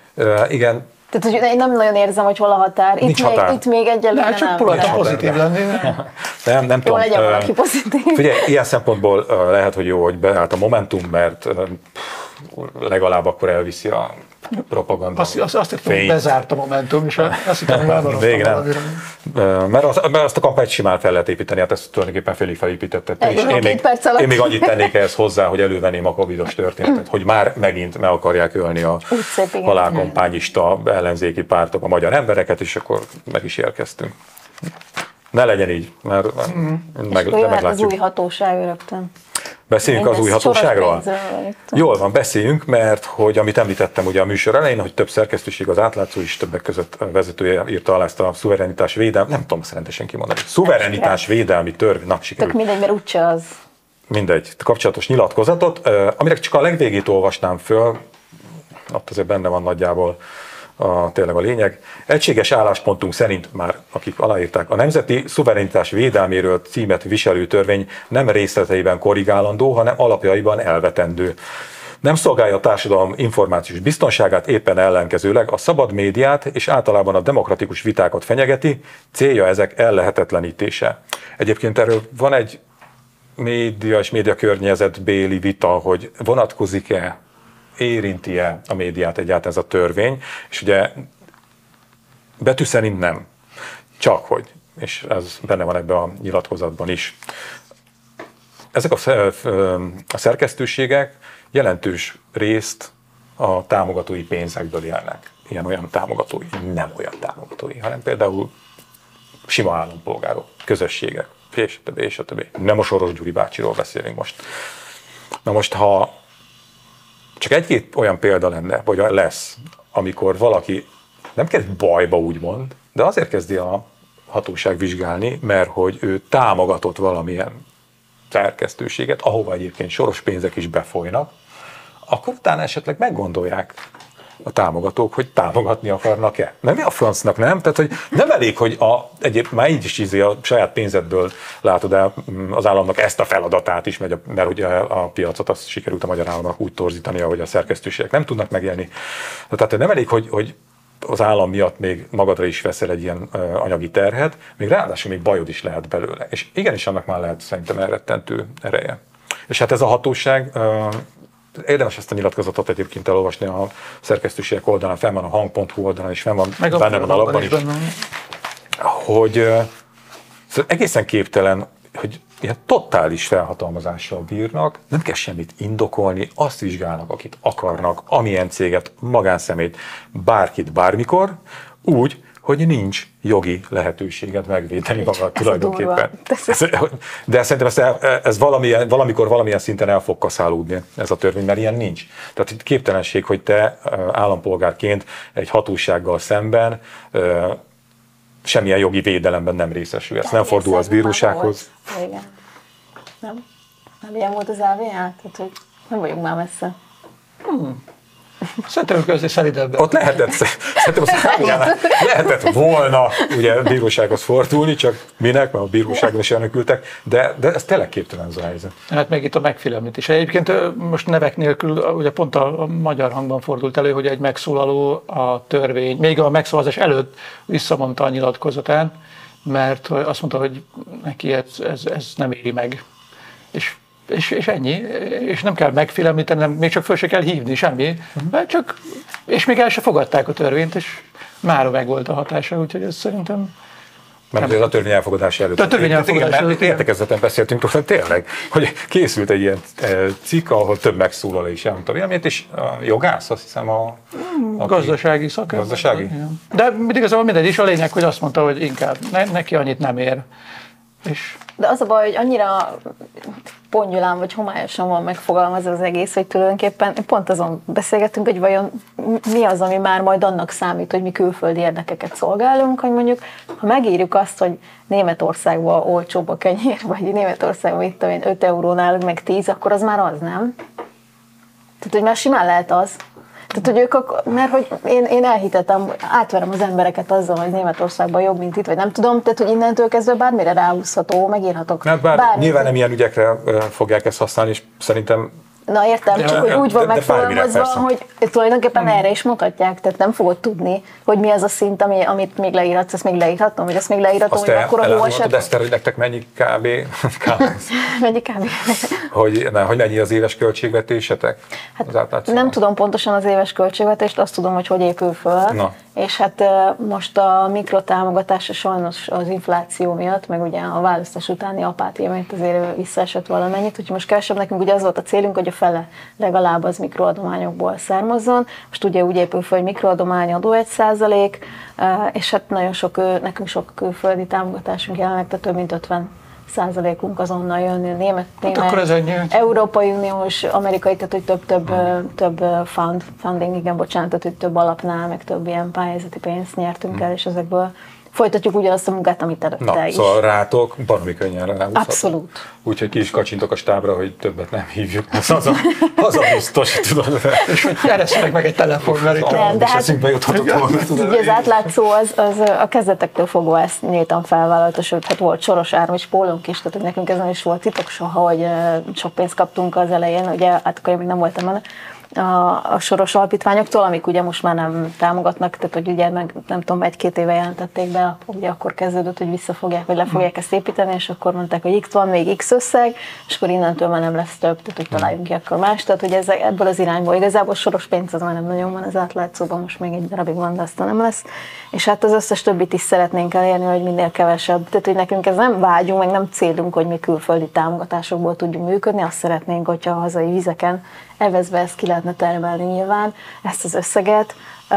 Igen. Tehát, hogy én nem nagyon érzem, hogy hol a határ. Itt, még, itt még egyelőre nem. Csak próbáltam pozitív lenni. Nem, nem tudom. Jó, legyen valaki pozitív. Figyelj, ilyen szempontból lehet, hogy jó, hogy beállt a Momentum, mert legalább akkor elviszi a propaganda. Azt, azt, azt hittem, hogy bezárt a Momentum, és azt hittem, hogy elmaradtam valamire. Mert, az, mert azt a kampányt simán fel lehet építeni, hát ezt tulajdonképpen félig felépítetted. És én, még, én még annyit tennék ehhez hozzá, hogy elővenném a covidos történetet, hogy már megint meg akarják ölni a halálkampányista ellenzéki pártok a magyar embereket, és akkor meg is érkeztünk. Ne legyen így, mert mm. meg, és akkor az új hatóság rögtön. Beszéljünk az új hatóságról? Jól van, beszéljünk, mert hogy amit említettem ugye a műsor elején, hogy több szerkesztőség, az átlátszó is többek között vezetője írta alá ezt a szuverenitás védelmi, nem tudom szerintesen kimondani, szuverenitás védelmi törvény, na sikerült. Tök mindegy, mert úgyse az. Mindegy, kapcsolatos nyilatkozatot, amire csak a legvégét olvasnám föl, ott azért benne van nagyjából A, tényleg a lényeg. Egységes álláspontunk szerint már, akik aláírták, a Nemzeti Szuverenitás Védelméről címet viselő törvény nem részleteiben korrigálandó, hanem alapjaiban elvetendő. Nem szolgálja a társadalom információs biztonságát, éppen ellenkezőleg a szabad médiát és általában a demokratikus vitákat fenyegeti, célja ezek ellehetetlenítése. Egyébként erről van egy média és médiakörnyezetbéli vita, hogy vonatkozik-e, érinti-e a médiát egyáltalán ez a törvény, és ugye betű szerint nem. Csak hogy, és ez benne van ebben a nyilatkozatban is. Ezek a, a szerkesztőségek jelentős részt a támogatói pénzekből élnek. Ilyen-olyan támogatói, nem olyan támogatói, hanem például sima állampolgárok, közösségek, és a többi, és a többi. Nem a Soros Gyuri bácsiról beszélünk most. Na most, ha csak egy-két olyan példa lenne, vagy lesz, amikor valaki nem kezd bajba úgymond, de azért kezdi a hatóság vizsgálni, mert hogy ő támogatott valamilyen szerkesztőséget, ahova egyébként soros pénzek is befolynak, akkor utána esetleg meggondolják a támogatók, hogy támogatni akarnak-e. Mert mi a francnak, nem? Tehát, hogy nem elég, hogy a, egyéb, már így is ízi a saját pénzedből látod el az államnak ezt a feladatát is, mert ugye a piacot azt sikerült a magyar államnak úgy torzítania, hogy a szerkesztőségek nem tudnak megélni. Tehát nem elég, hogy, hogy az állam miatt még magadra is veszel egy ilyen anyagi terhet, még ráadásul még bajod is lehet belőle. És igenis annak már lehet szerintem elrettentő ereje. És hát ez a hatóság, érdemes ezt a nyilatkozatot egyébként elolvasni a szerkesztőségek oldalán, fenn van a hang pont hu oldalán, és fenn van benne van alapban is, is hogy egészen képtelen, hogy ilyen totális felhatalmazással bírnak, nem kell semmit indokolni, azt vizsgálnak, akit akarnak, amilyen céget, magánszemét, bárkit, bármikor, úgy, hogy nincs jogi lehetőséget megvédeni magad tulajdonképpen. De szerintem ez, ez valamilyen, valamikor valamilyen szinten el fog kaszálódni ez a törvény, mert ilyen nincs. Tehát itt képtelenség, hogy te állampolgárként egy hatósággal szemben semmilyen jogi védelemben nem részesül. Ez nem fordul az bírósághoz. Igen. Nem? Nem ilyen volt az á vé á? Tehát, hogy nem vagyunk már messze. Hmm. Szerintem közé szelidebben. Ott lehetett, szerintem az á vé á-nál lehetett volna ugye bírósághoz fordulni, csak minek, mert a bíróságon is elnökültek, de, de ez tényleg képtelen az a helyzet. Hát még itt a megfélemlítés. Egyébként most nevek nélkül, ugye pont a, a Magyar Hangban fordult elő, hogy egy megszólaló a törvény, még a megszavazás előtt visszamondta a nyilatkozatán, mert azt mondta, hogy neki ez, ez, ez nem éri meg. És És, és ennyi, és nem kell megfélemlíteni, nem, még csak föl se kell hívni, semmi, mert csak, és még el se fogadták a törvényt, és mára meg volt a hatása, úgyhogy ez szerintem... Mert ez a törvény elfogadása előtt. A törvény elfogadása előtt. Értekezleten beszéltünk róla tényleg, hogy készült egy ilyen cikk, ahol több megszólaló is elmondta véleményét, és a jogász, azt hiszem a... a gazdasági szakember. Gazdasági? De igazából mindegy is, a lényeg, hogy azt mondta, hogy inkább ne, neki annyit nem ér. És... De az a baj, hogy annyira pongyolán vagy homályosan van megfogalmazva az egész, hogy tulajdonképpen pont azon beszélgettünk, hogy vajon mi az, ami már majd annak számít, hogy mi külföldi érdekeket szolgálunk, hogy mondjuk, ha megírjuk azt, hogy Németországban olcsóbb a kenyér, vagy Németországban itt én öt euró nálunk meg tíz, akkor az már az, nem? Tehát, hogy már simán lehet az. Tehát, hogy ők, akkor, mert hogy én, én elhitetem, átverem az embereket azzal, hogy Németországban jobb, mint itt, vagy nem tudom, tehát, hogy innentől kezdve bármire ráhúzható, megírhatok. Na, bár nyilván nem ilyen ügyekre fogják ezt használni, és szerintem... Na értem, csak hogy úgy van de, de megfogalmazva, hogy tulajdonképpen hmm. erre is mutatják, tehát nem fogod tudni, hogy mi az a szint, ami, amit még leírhatsz, ezt még leírhatom, vagy ezt még leírhatom, hogy akkor a hó eset... Azt te, hogy nektek mennyi kávé? Mennyi kávé? hogy, ne, hogy mennyi az éves költségvetésetek? Hát nem tudom pontosan az éves költségvetést, azt tudom, hogy hogy épül föl. Na. És hát most a mikrotámogatása sajnos az infláció miatt, meg ugye a választás utáni apátia miatt azért visszaesett valamennyit, úgyhogy most kevesebb nekünk ugye az volt a célunk, hogy a fele legalább az mikroadományokból származzon. Most ugye úgy épül fel, hogy mikroadomány adó egy százalék, és hát nagyon sok, nekünk sok külföldi támogatásunk jelenleg, tehát több mint ötven százalékunk azonnal jön német, német Európai Uniós, amerikai, tehát hogy több, több, hmm. több fund, funding, igen, bocsánat, tehát hogy több alapnál, meg több ilyen pályázati pénzt nyertünk hmm. el, és ezekből folytatjuk ugyanazt a munkát, amit előtte Na, is. Szóval rátok baromi könnyen ráhúzhatok. Abszolút. Úgyhogy ki is kacsintok a stábra, hogy többet nem hívjuk. Az a, az a biztos, tudod. És hogy keressenek meg egy telefon, mert itt nem, de hát, eszünkbe juthatott volna. Ugye az átlátszó az, az a kezdetektől fogva ezt nyíltan felvállalta, sőt, hát volt Soros Áron és pólónk is, tehát hogy nekünk ez nem is volt titok soha, hogy sok pénzt kaptunk az elején, ugye, hát akkor én még nem voltam benne. A, a Soros alapítványoktól, amik ugye most már nem támogatnak, tehát hogy ugye meg, nem tudom, egy-két éve jelentették be, ugye akkor kezdődött, hogy visszafogják, vagy le fogják ezt építeni, és akkor mondták, hogy X van, még X összeg, és akkor innentől már nem lesz több, tehát hogy találjunk ki akkor más, tehát hogy ez, ebből az irányból igazából Soros pénz az már nem nagyon van az átlátszóban, most még egy darabig van, de aztán nem lesz, és hát az összes többit is szeretnénk elérni, hogy minél kevesebb, tehát hogy nekünk ez nem vágyunk, meg nem célunk, hogy mi külföldi támogatásokból tudjunk működni, azt szeretnénk, hogyha a hazai vizeken evezve ezt ki lehetne termelni nyilván, ezt az összeget,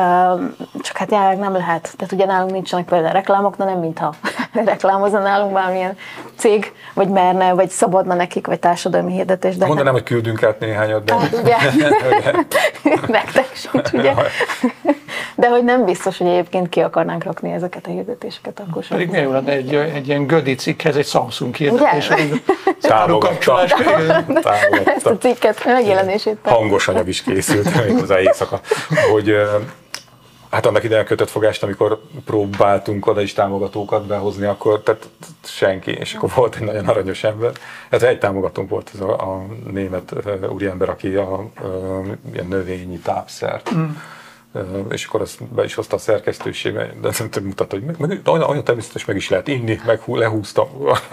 csak hát jelenleg nem lehet. Tehát ugye nálunk nincsenek például reklámok, de nem mintha reklámozna nálunk bármilyen cég, vagy merne, vagy szabadna nekik, vagy társadalmi hirdetés. De mondanám, hogy küldünk át néhányat, de... Hát, ugye, nektek sincs, ugye? De hogy nem biztos, hogy egyébként ki akarnánk rakni ezeket a hirdetéseket. Akkor pedig miért jó lenne egy, egy ilyen Gödi cikkhez egy Samsung hirdetés? Támogatta. Ezt a cikket megjelenését. Hangos anyag is készült, méghozzá éjszaka, hogy hát annak idején kötött fogást, amikor próbáltunk oda is támogatókat behozni, akkor tehát senki, és akkor volt egy nagyon aranyos ember. Ez egy támogatónk volt, ez a, a német úriember, aki a, a, ilyen növényi tápszert. Mm. És akkor azt be is hozta a szerkesztőségbe, de nem mutatta, hogy meg, meg, olyan természetes meg is lehet inni, meg lehúztam.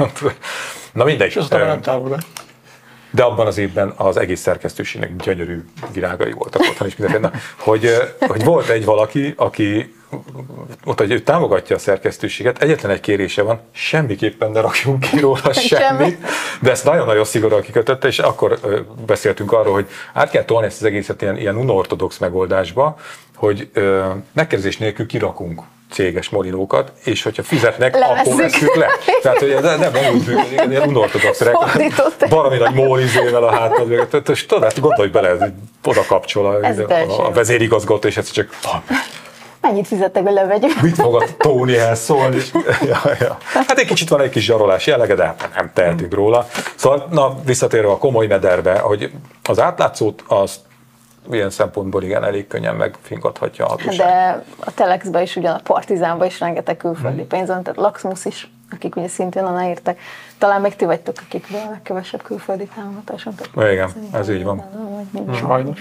Na mindegy. És aztán nem támogat. De abban az évben az egész szerkesztőségnek gyönyörű virágai voltak otthon is mindenféle. Hogy, hogy volt egy valaki, aki mondta, hogy ő támogatja a szerkesztőséget, egyetlen egy kérése van, semmiképpen ne rakjunk ki róla semmit, de ezt nagyon-nagyon szigorúan kikötötte, és akkor beszéltünk arról, hogy át kell tolni ezt az egészet ilyen, ilyen unortodox megoldásba, hogy ö, megkérdezés nélkül kirakunk céges molinókat, és hogyha fizetnek, Levesszük. akkor veszük le. Tehát, hogy nem, nem úgy működik, ilyen unortodox reklám. Valami nagy mólizével a hátad mögött. És tudod, gondolj bele, ez oda kapcsol a, a, a vezérigazgató, és ez csak... Mennyit fizettek, hogy levegyük? Mit fog a Tonyhez szólni? És, ja, ja. Hát egy kicsit van egy kis zsarolás jellege, de hát nem tehetünk róla. Szóval, na, visszatérve a komoly mederbe, hogy az átlátszót azt ilyen szempontból igen, elég könnyen megfingathatja a hatóság. De a Telexben is, ugyan a Partizánban is rengeteg külföldi hmm. pénz van, tehát Laxmus is, akik ugye szintén aláírtak. Talán még ti vagytok, akik a legkevesebb külföldi támogatáson. Igen, ez így van. Sajnos.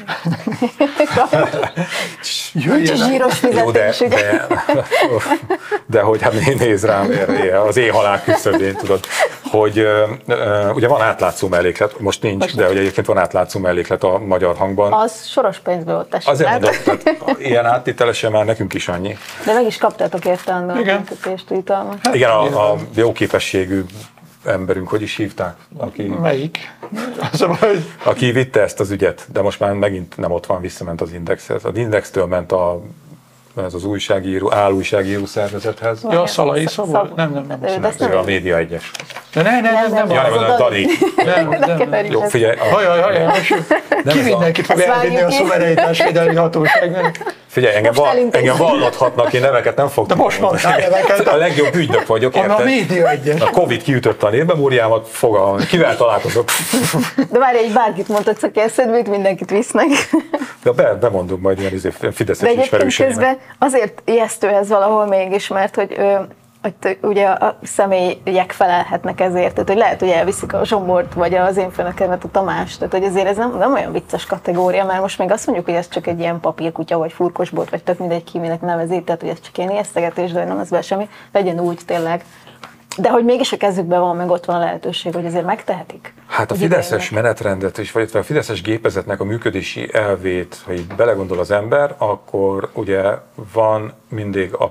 Nincs zsíros fizetés, ugye? De, de hogy hát nézd rám, az éhhalál küszöbén, tudod, hogy ugye van átlátszó melléklet, most nincs, most de hogy egyébként van átlátszó melléklet a Magyar Hangban. Az soros pénzből ott esik. Azért mondom, tehát ilyen áttételesen már nekünk is annyi. De meg is kaptátok értelme a megkötést, jutalmat. Igen, a, a jó képességű emberünk, hogy is hívták? Aki, Melyik? Az a baj, hogy... aki vitte ezt az ügyet, de most már megint nem ott van, visszament az Indexhez. Az Indextől ment a, ez az újságíró, álújságíró szervezethez. Ja, a Szalai Szabó? Nem, nem, nem. nem, nem. A Média egyes. De ne, ne, nem, nem. Ja, nem, nem, Dani. Nem, nem, nem. Jó, figyelj. Hajaj, hajaj, ki mindenkit fog elvinni a szuverenitásvédelmi hatóságnak? Figyelj, engem, val, engem vallathatnak, én neveket nem fogtam. De most mondtál neveket. A legjobb ügynök vagyok, érted? A Média egyes. A Covid kiütötte a névmemóriámat, fogalmam, kivel találkozok. De várj, egy bárkit mondhatsz, aki eszedbe jut, mindenkit visznek. De be, bemondom majd ilyen izé, fideszes ismerőseimet. De egyébként közben azért ijesztő ez valahol mégis, mert hogy hogy ugye a személyek felelhetnek ezért, tehát hogy lehet, hogy elviszik a Zsombort, vagy az én főnökemet, a Tamást, tehát hogy azért ez nem, nem olyan vicces kategória, mert most még azt mondjuk, hogy ez csak egy ilyen papírkutya, vagy furkosbot, vagy tök mindegy ki, minek nevezi, tehát hogy ez csak ilyen ijesztegetés, de nem ez be semmi, legyen úgy tényleg. De hogy mégis a kezükben van, meg ott van a lehetőség, hogy azért megtehetik. Hát a fideszes menetrendet, és vagy a fideszes gépezetnek a működési elvét, ha így belegondol az ember, akkor ugye van mindig a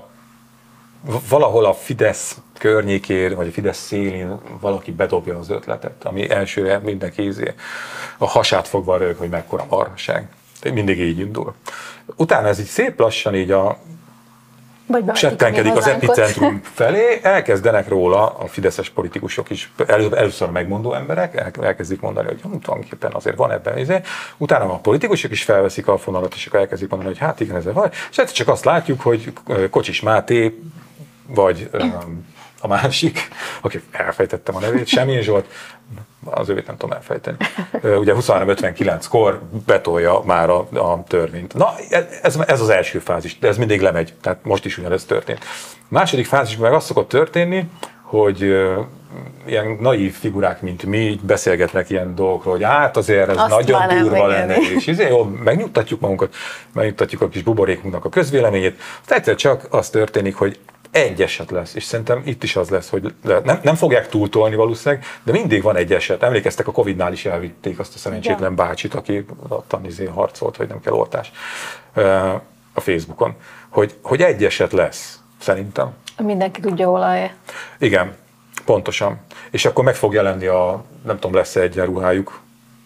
valahol a Fidesz környékén, vagy a Fidesz szélén valaki bedobja az ötletet, ami elsőre mindenki a hasát fogva rög, hogy mekkora marhaság. Mindig így indul. Utána ez így szép lassan így a settenkedik az epicentrum felé, elkezdenek róla a fideszes politikusok is, elő, először megmondó emberek, elkezdik mondani, hogy hm, tulajdonképpen azért van ebben izé. Utána a politikusok is felveszik a fonalat, és akkor elkezdik mondani, hogy hát igen, ez van. És hát csak azt látjuk, hogy Kocsis Máté, vagy um, a másik, aki elfejtettem a nevét, Semjén Zsolt, az ővét nem tudom elfejteni. Ugye huszonhárom ötvenkilenckor betolja már a, a törvényt. Na, ez, ez az első fázis, de ez mindig lemegy, tehát most is ugyanez történt. A második fázisban meg az szokott történni, hogy uh, ilyen naív figurák, mint mi, így beszélgetnek ilyen dolgokról, hogy hát azért ez azt nagyon durva lenne, és izé, jó, megnyugtatjuk magunkat, megnyugtatjuk a kis buborékunknak a közvéleményét. Aztán egyszer csak az történik, hogy egy eset lesz, és szerintem itt is az lesz, hogy nem, nem fogják túltolni valószínűleg, de mindig van egy eset. Emlékeztek, a Covidnál is elvitték azt a szerencsétlen bácsit, aki ottan izé harcolt, hogy nem kell oltás a Facebookon, hogy, hogy egy eset lesz, szerintem. Mindenki tudja, hol állja. Igen, pontosan. És akkor meg fog jelenni a, nem tudom, lesz-e egyenruhájuk.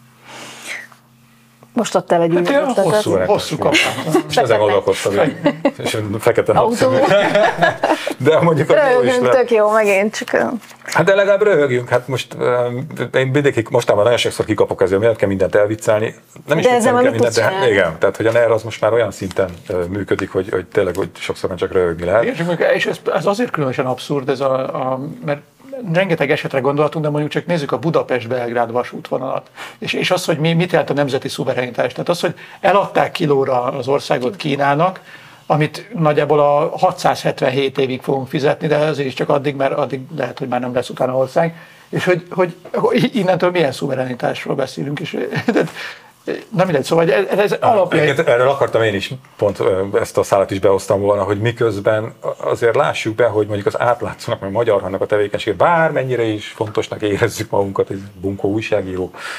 Most ott el egy hát ügyet. Hosszú, hosszú kapcsolat. És ezen gondolkodtam, és fekete napszemű. De mondjuk röhögünk, tök jó, megint csak... Hát de legalább röhögjünk. Hát most én mindenki, mostában nagyon sokszor kikapok ezzel, miért kell mindent elviccelni. Nem is viccelni kell mindent, de igen. Tehát, hogy a NER az most már olyan szinten működik, hogy, hogy tényleg hogy sokszor csak röhögni lehet. És ez, ez azért különösen abszurd, ez a, a, mert rengeteg esetre gondolhatunk, de mondjuk csak nézzük a Budapest-Belgrád vasútvonalat. És, és az, hogy mi, mit jelent a nemzeti szuverenitás. Tehát az, hogy eladták kilóra az országot Kínának, amit nagyjából a hatszázhetvenhét évig fogunk fizetni, de azért is csak addig, mert addig lehet, hogy már nem lesz utána ország. És hogy, hogy innentől milyen szuverenitásról beszélünk. És, nem mindegy, szóval ez, ez alapja... Erről akartam én is, pont ezt a szálat is behoztam volna, hogy miközben azért lássuk be, hogy mondjuk az átlátszónak, meg Magyar Hangnak a tevékenység, bármennyire is fontosnak érezzük magunkat, egy bunkó újságíró,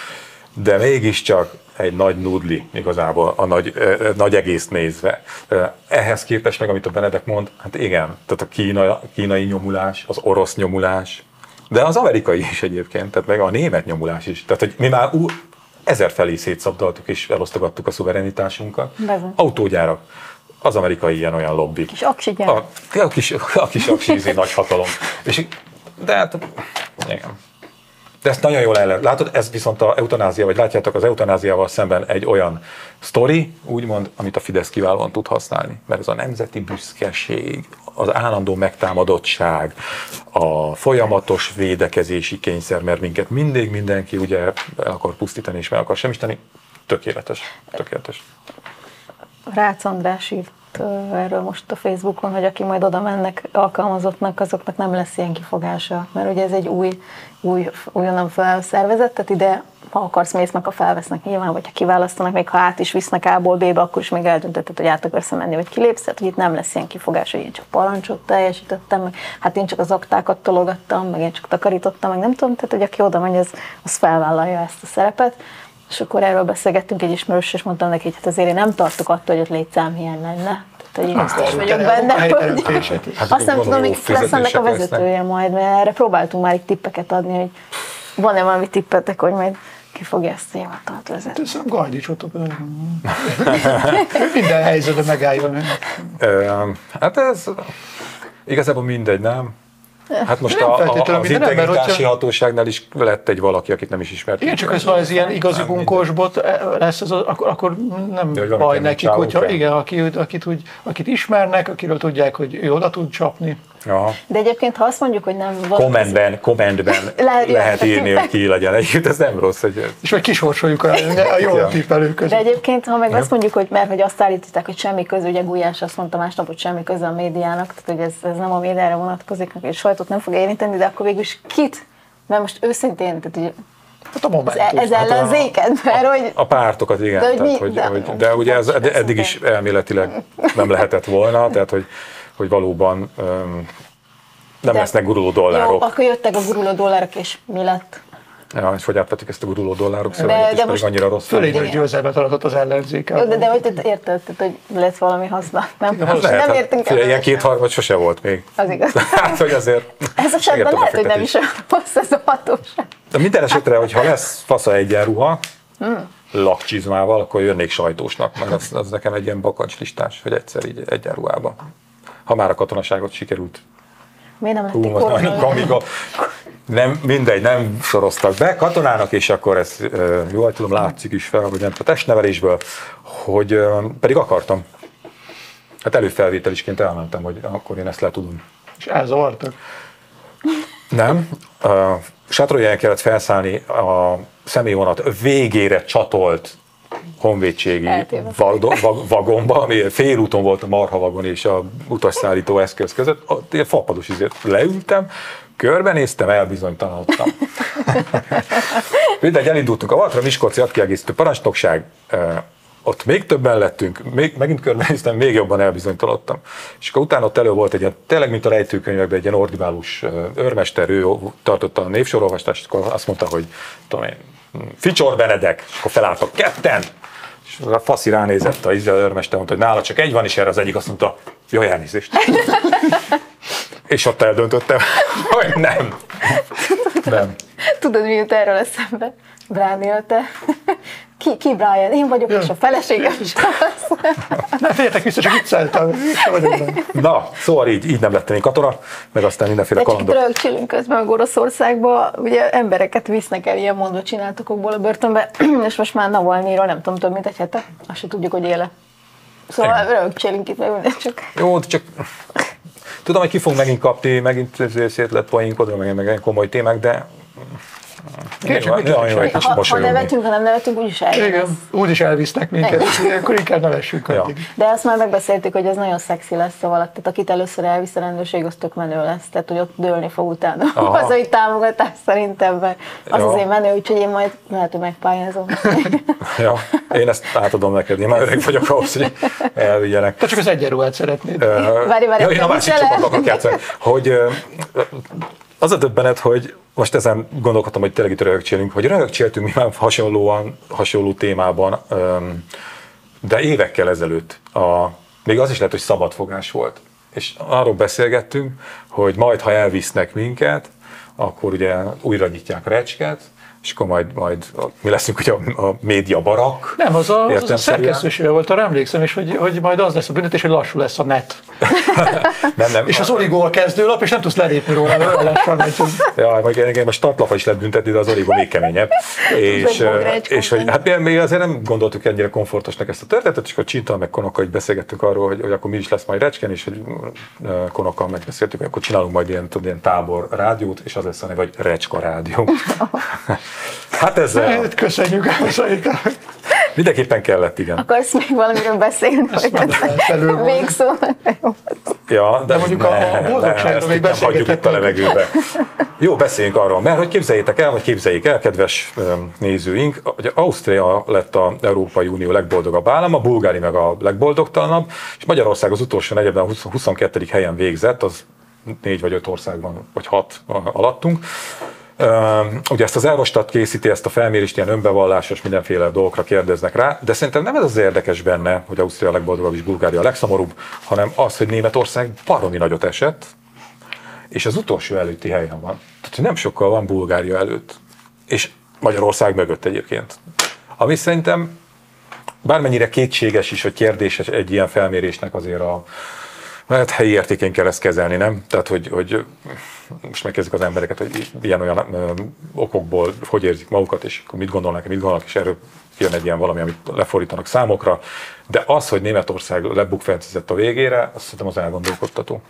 de mégiscsak egy nagy nudli igazából, a nagy, eh, nagy egész nézve. Eh, ehhez képest meg, amit a Benedek mond, hát igen, tehát a kína, kínai nyomulás, az orosz nyomulás, de az amerikai is egyébként, tehát meg a német nyomulás is. Tehát, hogy mi már ú, ezer felé szétszabdaltuk és elosztogattuk a szuverenitásunkat. Bezony. Autógyárak, az amerikai ilyen-olyan lobbik. Kis aksigyárak. A, a kis, a kis aksi, nagy hatalom. És, de hát, igen. De ezt nagyon jól el lehet. Látod, ez viszont a eutanázia, vagy látjátok, az eutanáziával szemben egy olyan sztori, úgymond, amit a Fidesz kiválóan tud használni. Mert ez a nemzeti büszkeség, az állandó megtámadottság, a folyamatos védekezési kényszer, mert minket mindig mindenki ugye el akar pusztítani és meg akar semmisíteni. Tökéletes. Tökéletes. Rácz András írt erről most a Facebookon, hogy aki majd oda mennek alkalmazottnak, azoknak nem lesz ilyen kifogása, mert ugye ez egy új, új újonnan felszervezet, tehát ide, ha akarsz, mész, meg, ha felvesznek nyilván, vagy ha kiválasztanak, még ha át is visznek A-ból B-be, akkor is még eldöntötted, hogy át akarsz menni, vagy kilépsz, tehát hogy itt nem lesz ilyen kifogás, hogy én csak parancsot teljesítettem, meg hát én csak az aktákat tologattam, meg én csak takarítottam, meg nem tudom, tehát hogy aki oda megy, az, az felvállalja ezt a szerepet. És akkor erről beszélgettünk egy ismerős, és mondtam neki, hogy hát azért én nem tartok attól, hogy ott létszámhiány lenne. Tehát, hogy én biztos vagyok benne, hogy... Hát Azt nem tudom, jó hogy ki lesz ennek a fizetések vezetője lesznek. majd, mert erre próbáltunk már itt tippeket adni, hogy van-e valami tippetek, hogy majd ki fogja ezt a hivatalt vezetni. Ez a Gajdicsot, minden helyzetben megálljon. Ö, Hát ez igazából mindegy, nem? Hát most Nem a, a, feltétlenül az minden ember, integritási hogyha- hatóságnál is lett egy valaki, akit nem is ismert. Igen, csak ez, ha ez ilyen igazi bunkósbot lesz, az, akkor, akkor nem De hogy van baj egy nekik, csávó hogyha kell. igen, aki, akit, úgy, akit ismernek, akiről tudják, hogy ő oda tud csapni. Aha. De egyébként, ha azt mondjuk, hogy nem van... Kommentben, kommentben Lehet- lehet írni, ja. hogy ki legyen. Egyébként ez nem rossz, hogy És vagy kisorsoljuk a, a jó Ja. tippelők között. De egyébként, ha meg azt mondjuk, hogy mert hogy azt állították, hogy semmi köze, ugye Gulyás azt mondta másnap, hogy semmi köze a médiának, tehát hogy ez, ez nem a médiára vonatkozik, és sajtót nem fog érinteni, de akkor végül is kit? Mert most őszintén, tehát ugye Hát a ez, Momentum. ez ellenzéket, mert hogy... a pártokat, igen. De hogy tehát, mi- hogy, de- hogy, de ugye ez ed- eddig is elméletileg nem lehetett volna, tehát hogy, hogy valóban öm, nem De- lesznek guruló Jó, dollárok. akkor jöttek a guruló dollárok, és mi lett? Ja, és hogy átvettük ezt a guruló dollárok szöveget, de és pedig most annyira rossz. Fölényes győzelmet adott az ellenzék. Jó, de, de hogy te érted, tehát, hogy lesz valami haszna, nem? Hát nem lehet, értünk hát, el. ilyen kétharmad sose volt még. Az igaz. Hát, hogy azért... Ez esetben megértem a lehet, hogy nem fektetést. is olyan rossz ez a hatóság. De minden esetre, hogyha lesz fasza egyenruha, hmm. lakcsizmával, akkor jönnék sajtósnak, mert az, az nekem egy ilyen bakancslistás, hogy egyszer így egyenruhában. Ha már a katonaságot sikerült. Miért nem Hú, lették most nagyon korona? komika. Nem, mindegy, nem soroztak be katonának, és akkor ez ö, jól tudom, látszik is fel, hogy nem a testnevelésből, hogy ö, pedig akartam. Hát előfelvételisként elmentem, hogy akkor én ezt le tudom. És elzavartak. Nem. Uh, Sátorhelyen kellett felszállni a személyvonat végére csatolt honvédségi Eltéve. vagdo- vag- vagomba, ami félúton volt a marhavagon és a utasszállító eszköz között. Ott ilyen fapados izért leültem, körbenéztem, elbizonytalanodtam. Mindegy, elindultunk a Valtra Miskolci kiegészítő parancsnokság, uh, ott még többen lettünk, még, megint körbenéztem, még jobban elbizonytalanodtam. És akkor utána ott elő volt egy ilyen, tényleg mint a rejtőkönyvekben, egy ilyen ordibálus őrmester, ő tartotta a névsorolvastást, és akkor azt mondta, hogy tudom én, Ficsor Benedek, és akkor felálltak ketten, és a faszi ránézett, a izrael őrmester mondta, hogy nála csak egy van, és erre az egyik azt mondta, jaj, elnézést. És ott eldöntöttem, hogy nem. Nem. Tudod, mi jut erről eszembe? Brian, te. Ki, ki Brian? Én vagyok, és a feleségem is az. Ne féljetek vissza, csak vicceltem. Sem vagyok benne. Na, szóval így, így nem lettem én katona, meg aztán mindenféle De csak itt kalandok. rögcsülünk közben meg Oroszországba, ugye embereket visznek el ilyen mondva csináltakokból a börtönbe, és most már Navalnyiról nem tudom, több mint egy hete, azt se tudjuk, hogy éle. Szóval rögcsülünk itt, meg minden csak. Jó, csak tudom, hogy ki fog megint kapni, megint szét lett poénkodva, meg, meg komoly témák, de Kérlek, csak nagyon jó egy Ha, kis ha mosolyogni. nevetünk, ha nem nevetünk, úgyis eljön. Igen, úgyis elvisznek minket, akkor inkább nevessünk Ja. addig. De azt már megbeszéltük, hogy ez nagyon szexi lesz, szóval, tehát akit először elvisz a rendőrség, az tök menő lesz, tehát hogy ott dőlni fog utána. Aha. Az, hogy támogatás szerintem, mert az Ja. azért menő, úgyhogy én majd lehet, hogy megpályázom. Ja, én ezt átadom neked, én már öreg vagyok ahhoz, hogy elvigyenek. Te csak az egyenruhát szeretnéd. Ö, Várj, várj, ja, én a nem másik is ele- csoportban akarok játszani, hogy ö, az a döbbenet, hogy most ezen gondolkodtam, hogy tényleg itt röhögcsélünk, hogy röhögcséltünk mi már hasonlóan, hasonló témában, de évekkel ezelőtt, a, még az is lehet, hogy szabadfogás volt. És arról beszélgettünk, hogy majd, ha elvisznek minket, akkor ugye újra nyitják Recsket, és akkor majd, majd mi leszünk ugye a, a média barak. Nem, az a, az a szerkesztősége volt, arra emlékszem, és hogy, hogy majd az lesz a büntetés, hogy lassú lesz a net. nem, nem. És az Origo a kezdőlap, és nem tudsz lelépni róla, mert lassan megy. Ja, majd engem a startlapra is lehet büntetni, de az Origo még keményebb. és, és hogy hát mi azért nem gondoltuk ennyire komfortosnak ezt a történetet, és akkor Csintal meg Konokkal így beszélgettünk arról, hogy, hogy akkor mi is lesz majd Recsken, és hogy Konokkal megbeszéltük, hogy akkor csinálunk majd ilyen, tudod, ilyen tábor rádiót, és az lesz a neve, hogy Recska rádió. Hát ezzel... Köszönjük a Mindenképpen kellett, igen. Akarsz még valamiről beszélni? Hogy végszó. Ja, de, de mondjuk ne, a boldogságról még hagyjuk itt a levegőbe. Jó, beszéljünk arról, mert hogy képzeljétek el, vagy képzeljék el, kedves nézőink, hogy Ausztria lett az Európai Unió legboldogabb állama, Bulgária meg a legboldogtalanabb, és Magyarország az utolsó negyedben a huszonkettedik helyen végzett, az négy vagy öt országban, vagy hat alattunk. Uh, ugye ezt az Eurostat készíti, ezt a felmérést, ilyen önbevallásos, mindenféle dolgokra kérdeznek rá, de szerintem nem ez az érdekes benne, hogy Ausztria a legboldogabb és Bulgária a legszomorúbb, hanem az, hogy Németország baromi nagyot esett, és az utolsó előtti helyen van. Tehát nem sokkal van Bulgária előtt, és Magyarország mögött egyébként. Ami szerintem bármennyire kétséges is, vagy kérdéses egy ilyen felmérésnek azért a mert helyi értékén kell ezt kezelni, nem? Tehát, hogy, hogy most megkezdik az embereket, hogy ilyen-olyan okokból hogy érzik magukat, és mit gondolnak, mit gondolnak, és erről jön egy ilyen valami, amit lefordítanak számokra. De az, hogy Németország lebukfencizett a végére, azt szerintem az elgondolkodtató.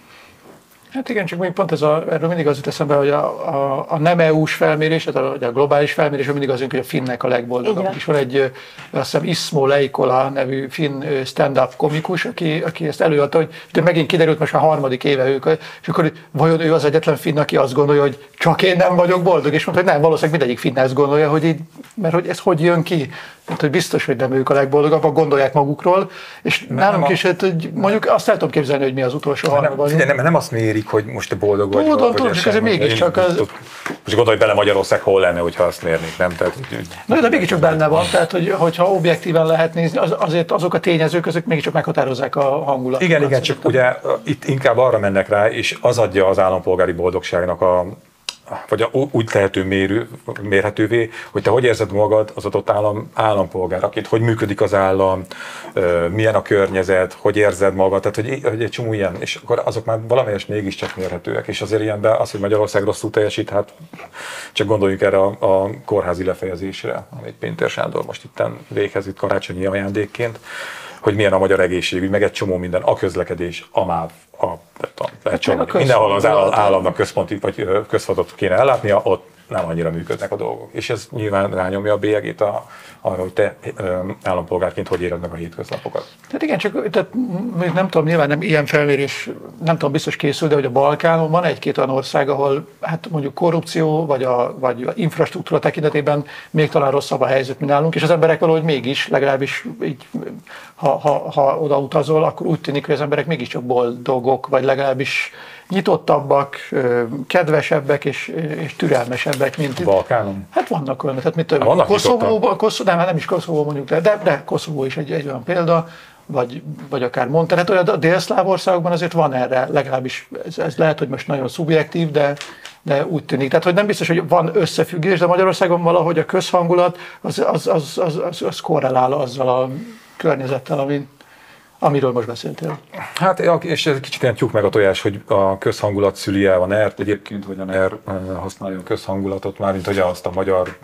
Hát igen, csak még pont ez a, erről mindig az jut eszembe, hogy a, a, a nem é u-s felmérés, tehát a, a globális felmérés, mindig az jön, hogy a finnek a legboldogabb. És van egy, azt hiszem, Ismo Leikola nevű finn stand-up komikus, aki, aki ezt előadta, hogy de megint kiderült, most már harmadik éve ők, és akkor vajon ő az egyetlen finn, aki azt gondolja, hogy csak én nem vagyok boldog, és mondta, hogy nem, valószínűleg mindegyik finn ezt gondolja, hogy így, mert hogy ez hogy jön ki? Hát, hogy biztos, hogy nem ők a legboldogabbak, gondolják magukról, és nem nálunk is, hát, hogy mondjuk azt el tudom képzelni, hogy mi az utolsó harmadban. Nem, nem, nem azt mérik, hogy most te boldog vagy. Tudom, tudom, csak azért mégiscsak az... Most gondolj bele, Magyarország hol lenne, hogyha azt mérnék, nem? Tehát, Na, de mégiscsak benne van, tehát hogy, hogyha objektíven lehet nézni, az, azért azok a tényezők, azok mégiscsak meghatározzák a hangulatot. Igen, igen, csak ugye itt inkább arra mennek rá, és az adja az állampolgári boldogságnak a vagy úgy tehető mérő, mérhetővé, hogy te hogy érzed magad az adott állam, állampolgáraként, hogy működik az állam, milyen a környezet, hogy érzed magad, tehát hogy, hogy egy csomó ilyen, és akkor azok már valamelyes mégiscsak mérhetőek, és azért ilyenben az, hogy Magyarország rosszul teljesít, hát csak gondoljunk erre a, a kórházi lefejezésre, amit Pintér Sándor most itten véghez itt karácsonyi ajándékként, hogy milyen a magyar egészségügy, meg egy csomó minden, a közlekedés, a MÁV, a, lehet csomó, mindenhol az államnak központi vagy központot kéne ellátnia, ott nem annyira működnek a dolgok. És ez nyilván rányomja a bélyegét a, arra, hogy te állampolgárként hogy éred meg a hétköznapokat. Tehát igen, csak tehát, nem tudom, nyilván nem ilyen felmérés, nem tudom, biztos készül, de hogy a Balkánon van egy-két olyan ország, ahol hát mondjuk korrupció, vagy a, vagy a infrastruktúra tekintetében még talán rosszabb a helyzet, mint nálunk, és az emberek valahogy mégis, legalábbis így, ha, ha, ha oda utazol, akkor úgy tűnik, hogy az emberek mégiscsak boldogok, vagy legalábbis nyitottabbak, kedvesebbek és, és türelmesebbek, mint Balkánon? Hát vannak olyan, tehát mit tudom, Koszovóban, Koszovó, nem, nem is Koszovó mondjuk, de, de Koszovó is egy, egy olyan példa, vagy, vagy akár Montenegro, olyan a délszláv országokban azért van erre, legalábbis ez, ez lehet, hogy most nagyon szubjektív, de, de úgy tűnik. Tehát, hogy nem biztos, hogy van összefüggés, de Magyarországon valahogy a közhangulat az, az, az, az, az, az korrelál azzal a környezettel, amin amiről most beszéltél. Hát, és ez kicsit ilyen tyúk meg a tojás, hogy a közhangulat szüli el a NER-t, egyébként, hogy a NER használja a közhangulatot, mármint hogy azt a magyar...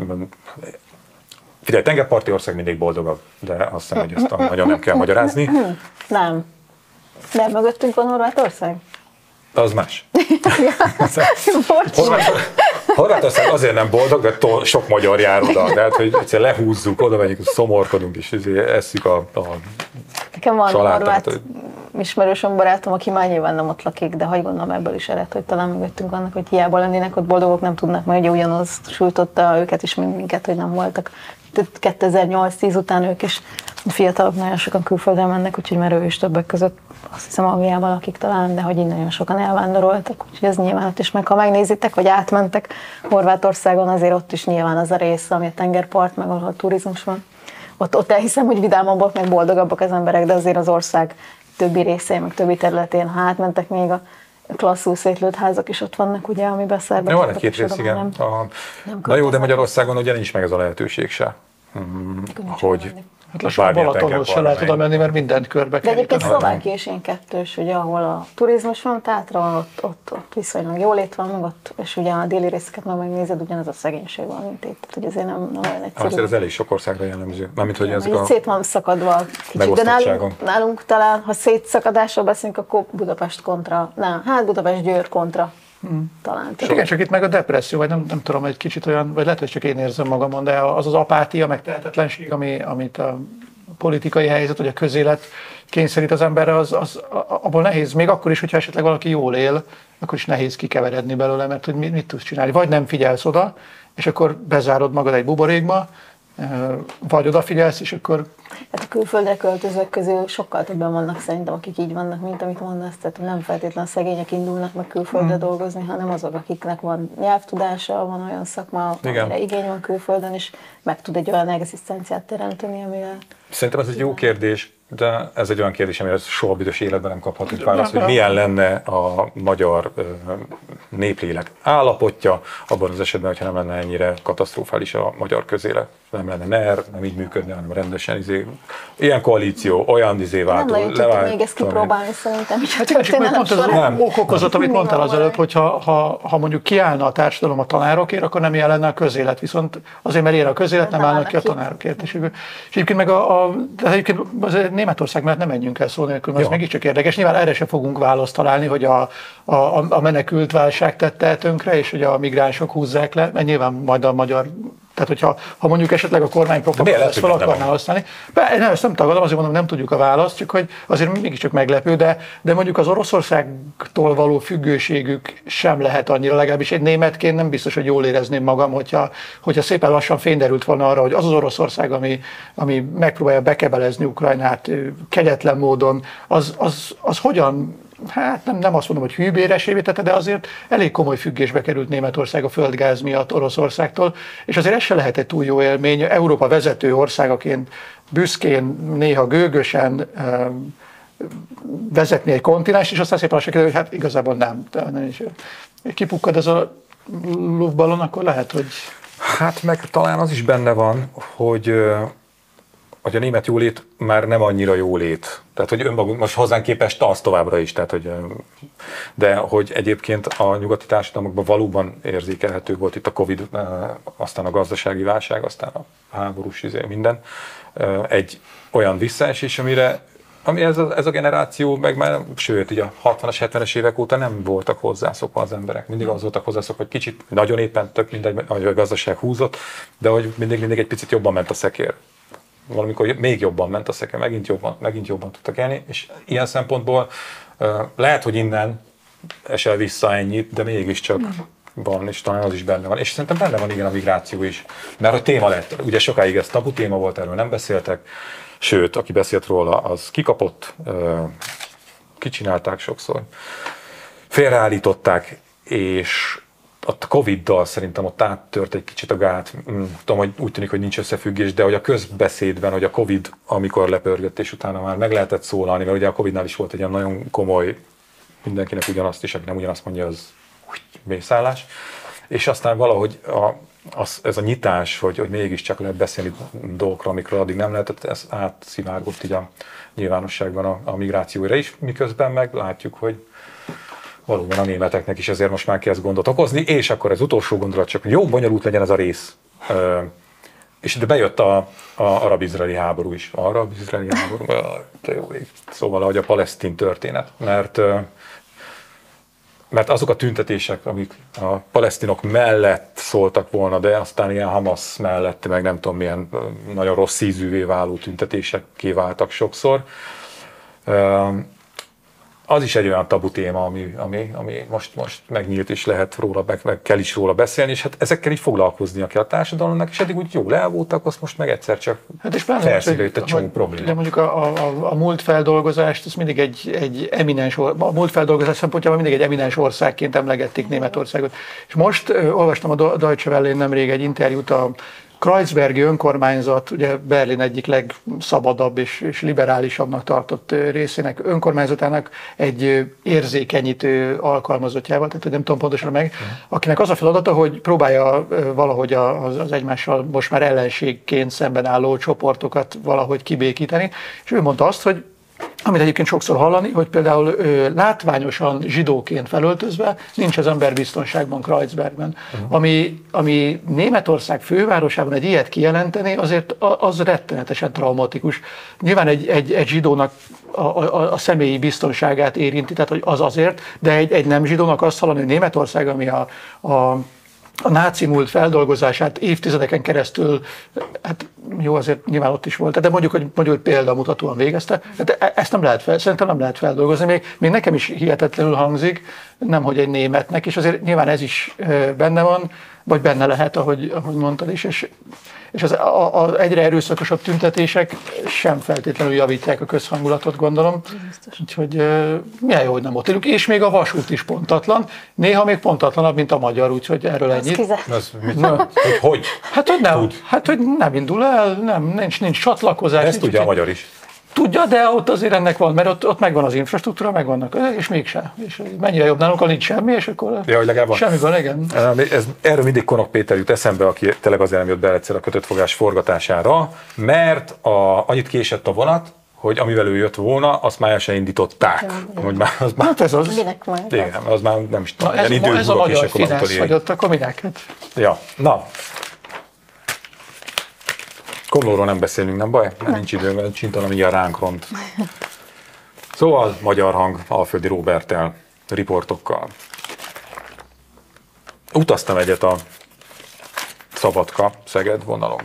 Figyelj, tengerparti ország mindig boldogabb, de azt hiszem, hogy ezt nagyon nem kell magyarázni. Nem. Nem mögöttünk van Horvátország? Az más. Horvátország azért nem boldog, de to- sok magyar jár oda. Tehát, hogy egyszer lehúzzuk, oda megyünk, szomorkodunk, és esszük a, a Nekem van salátát. horvát ismerősöm, barátom, aki már nyilván nem ott lakik, de hogy gondolom ebből is ered, hogy talán mögöttünk vannak, hogy hiába lennének ott boldogok, nem tudnak, mert ugye ugyanaz sújtotta őket is, mint minket, hogy nem voltak kétezer-nyolc-tíz után ők is fiatalok nagyon sokan külföldön mennek, úgyhogy mert ő is többek között azt hiszem Angliában lakik talán, de hogy így nagyon sokan elvándoroltak, úgyhogy ez nyilván ott is meg, ha megnézitek, hogy átmentek Horvátországon, azért ott is nyilván az a rész, ami a tengerpart, meg ahol a turizmus van. Ott, ott elhiszem, hogy vidámabbak, meg boldogabbak az emberek, de azért az ország többi részén, meg többi területén, ha átmentek, még a klasszul szétlőtt házak is ott vannak, ugye, ami beszerbe. Van egy-két rész, igen. Nem, a, nem na jó, de Magyarországon ugye nincs meg ez a lehetőség se. Hmm, hogy hát lassan a Balatonhoz se lehet oda menni, mert mindent körbe kell. De egyébként Szlovákia is ilyen kettős, ugye, ahol a turizmus van, Tátra, ott, ott, ott viszonylag jólét van, meg ott, és ugye a déli részeket már megnézed, ugyanaz a szegénység van, mint itt. Tehát, hogy azért nem, nem olyan egyszerű. Azért az elég sok országra jellemző. Mármint, hogy ezek a szét van szakadva kicsit, de nálunk, nálunk talán, ha szétszakadásról beszélünk, akkor Budapest kontra, nem, hát Budapest-Győr kontra. Hmm. Talán. Igen, csak itt meg a depresszió, vagy nem, nem tudom, egy kicsit olyan, vagy lehet, hogy csak én érzem magamon, de az az apátia, meg tehetetlenség, ami, amit a politikai helyzet, vagy a közélet kényszerít az emberre, az, az, abból nehéz, még akkor is, hogyha esetleg valaki jól él, akkor is nehéz kikeveredni belőle, mert hogy mit, mit tudsz csinálni. Vagy nem figyelsz oda, és akkor bezárod magad egy buborékba, vagy odafigyelsz, és akkor... Hát a külföldre költözők közül sokkal többen vannak szerintem, akik így vannak, mint amit mondasz, tehát nem feltétlenül szegények indulnak meg külföldre hmm. dolgozni, hanem azok, akiknek van nyelvtudása, van olyan szakma, amire igény van külföldön, és meg tud egy olyan egzisztenciát teremteni, amivel... Szerintem ez egy jó kérdés, de ez egy olyan kérdés, amire soha büdös életben nem kaphatunk választ, hogy milyen lenne a magyar néplélek állapotja abban az esetben, hogyha nem lenne ennyire katasztrofális a magyar közélet. Nem lenne NER, nem így működne, hanem rendesen izé, ilyen koalíció, olyan izé váltó. Nem nagyon tudtuk még ezt kipróbálni szerintem. Nem, okozott, amit mondtál az előbb, hogy ha, ha, ha mondjuk kiállna a társadalom a tanárokért, akkor nem jelenne a közélet, viszont azért, mert ér a közélet, nem, nem állnak ki a tanárokért. És, és egyébként meg a, a egyébként azért Németország mellett nem menjünk el szó nélkül, mert ez mégiscsak érdekes. Nyilván erre se fogunk választ találni, hogy a, a, a menekült válság tette tönkre, és hogy a migránsok húzzák le, mert nyilván majd a magyar. Tehát, hogyha ha mondjuk esetleg a kormány propaganda ezt fel akarná használni, be, nem, ezt nem tagadom, azért mondom, nem tudjuk a választ, csak hogy azért mégiscsak meglepő, de, de mondjuk az Oroszországtól való függőségük sem lehet annyira, legalábbis egy németként nem biztos, hogy jól érezném magam, hogyha, hogyha szépen lassan fényderült volna arra, hogy az az Oroszország, ami, ami megpróbálja bekebelezni Ukrajnát kegyetlen módon, az, az, az hogyan... Hát nem, nem azt mondom, hogy hűbéresévé tette, de azért elég komoly függésbe került Németország a földgáz miatt Oroszországtól, és azért ez se lehet egy túl jó élmény. Európa vezető országaként büszkén, néha gőgösen um, vezetni egy kontinens, és aztán szépen azt kérdezik, hogy hát igazából nem. nem is. Kipukkad ez a luftballon, akkor lehet, hogy... Hát meg talán az is benne van, hogy hogy a német jólét már nem annyira jólét. Tehát, hogy önmagunk, most hozzánk képest az továbbra is, tehát, hogy, de hogy egyébként a nyugati társadalmakban valóban érzékelhető volt itt a Covid, aztán a gazdasági válság, aztán a háborús izé, minden. Egy olyan visszaesés, amire ami ez a, ez a generáció, meg már, sőt, így a hatvanas, hetvenes évek óta nem voltak hozzászokva az emberek. Mindig az voltak hozzászokva, hogy kicsit, nagyon éppen tök mindegy, ahogy a gazdaság húzott, de hogy mindig, mindig egy picit jobban ment a szekér. Valamikor még jobban ment a szekér, megint jobban, megint jobban tudtak élni, és ilyen szempontból lehet, hogy innen esel vissza ennyit, de mégiscsak van, és talán az is benne van. És szerintem benne van igen a migráció is, mert hogy téma lett. Ugye sokáig ez tabu téma volt, erről nem beszéltek. Sőt, aki beszélt róla, az kikapott, kicsinálták sokszor, félreállították, és a Coviddal szerintem ott áttört egy kicsit a gát. Tudom, hogy úgy tűnik, hogy nincs összefüggés, de hogy a közbeszédben, hogy a Covid, amikor lepörgött, és utána már meg lehetett szólalni, mert ugye a Covidnál is volt egy ilyen nagyon komoly, mindenkinek ugyanazt is, aki nem ugyanazt mondja, az mészállás. És aztán valahogy a Az, ez a nyitás, hogy, hogy mégiscsak lehet beszélni dolgokról, amikről addig nem lehetett, ez átszivárgott így a nyilvánosságban a, a migrációra is, miközben meg látjuk, hogy valóban a németeknek is ezért most már kezd gondot okozni, és akkor az utolsó gondolat csak, hogy jó, bonyolult legyen ez a rész. Ö, és de bejött a, a arab-izraeli háború is. Arab-izraeli háború, te jó ég. Szóval, ahogy a palesztin történet, mert Mert azok a tüntetések, amik a palesztinok mellett szóltak volna, de aztán ilyen Hamas mellett, meg nem tudom milyen nagyon rossz ízűvé váló tüntetésekké váltak sokszor. az is egy olyan tabu téma, ami, ami, ami most, most megnyílt, és lehet róla, meg, meg kell is róla beszélni, és hát ezekkel így foglalkoznia kell a társadalomnak, és eddig úgy jól el voltak, azt most meg egyszer csak hát felszíre jött egy csomó probléma. Ugye mondjuk a, a, a múltfeldolgozást, ez mindig egy, egy eminens, a múltfeldolgozás szempontjában mindig egy eminens országként emlegették Németországot. És most ö, olvastam a Deutsche Welle-n nemrég egy interjút a Kreuzbergi önkormányzat, ugye Berlin egyik legszabadabb és, és liberálisabbnak tartott részének önkormányzatának egy érzékenyítő alkalmazottjával, tehát nem tudom pontosan meg, akinek az a feladata, hogy próbálja valahogy az, az egymással most már ellenségként szemben álló csoportokat valahogy kibékíteni, és ő mondta azt, hogy amit egyébként sokszor hallani, hogy például ö, látványosan zsidóként felöltözve nincs az ember biztonságban Kreuzbergben. Uh-huh. Ami, ami Németország fővárosában egy ilyet kijelenteni, azért az rettenetesen traumatikus. Nyilván egy, egy, egy zsidónak a, a, a személyi biztonságát érinti, tehát hogy az azért, de egy, egy nem zsidónak azt hallani, hogy Németország, ami a, a a náci múlt feldolgozását évtizedeken keresztül, hát jó, azért nyilván ott is volt, de mondjuk, hogy mondjuk példamutatóan végezte, de ezt nem lehet fel, szerintem nem lehet feldolgozni, még, még nekem is hihetetlenül hangzik, nemhogy egy németnek, és azért nyilván ez is benne van, vagy benne lehet, ahogy, ahogy mondtad is, és, és az a, a egyre erőszakosabb tüntetések sem feltétlenül javítják a közhangulatot, gondolom. Biztos. Úgyhogy milyen jó, hogy nem ott élünk, és még a vasút is pontatlan, néha még pontatlanabb, mint a magyar, úgyhogy erről ennyit. Az mit? Na, hogy, hogy? Hát, hogy nem, hát, hogy nem indul el, nem, nincs, nincs csatlakozás. Ezt nincs, tudja a magyar is. Tudja, de ott azért ennek van, mert ott, ott megvan az infrastruktúra, megvannak, és mégse. És mennyire jobb nálunk, ha nincs semmi, és akkor ja, semmiből, igen. Ez, erről mindig Konok Péter jut eszembe, aki tényleg azért nem jött be egyszer a kötött fogás forgatására, mert a, annyit késett a vonat, hogy amivel ő jött volna, azt már el se indították. Ja, hogy már, az már, hát ez az. Minek már? Igen, az már nem is tudom. Na, ez, ma, ez a magyar Fidesz, vagy ott akkor minek? Ja, na. Komlóról nem beszélünk, nem baj? Mert nincs időm, mert csinálom így a ránk ront. Szóval Magyar Hang Alföldi Róberttel, riportokkal. Utaztam egyet a Szabadka-Szeged vonalon.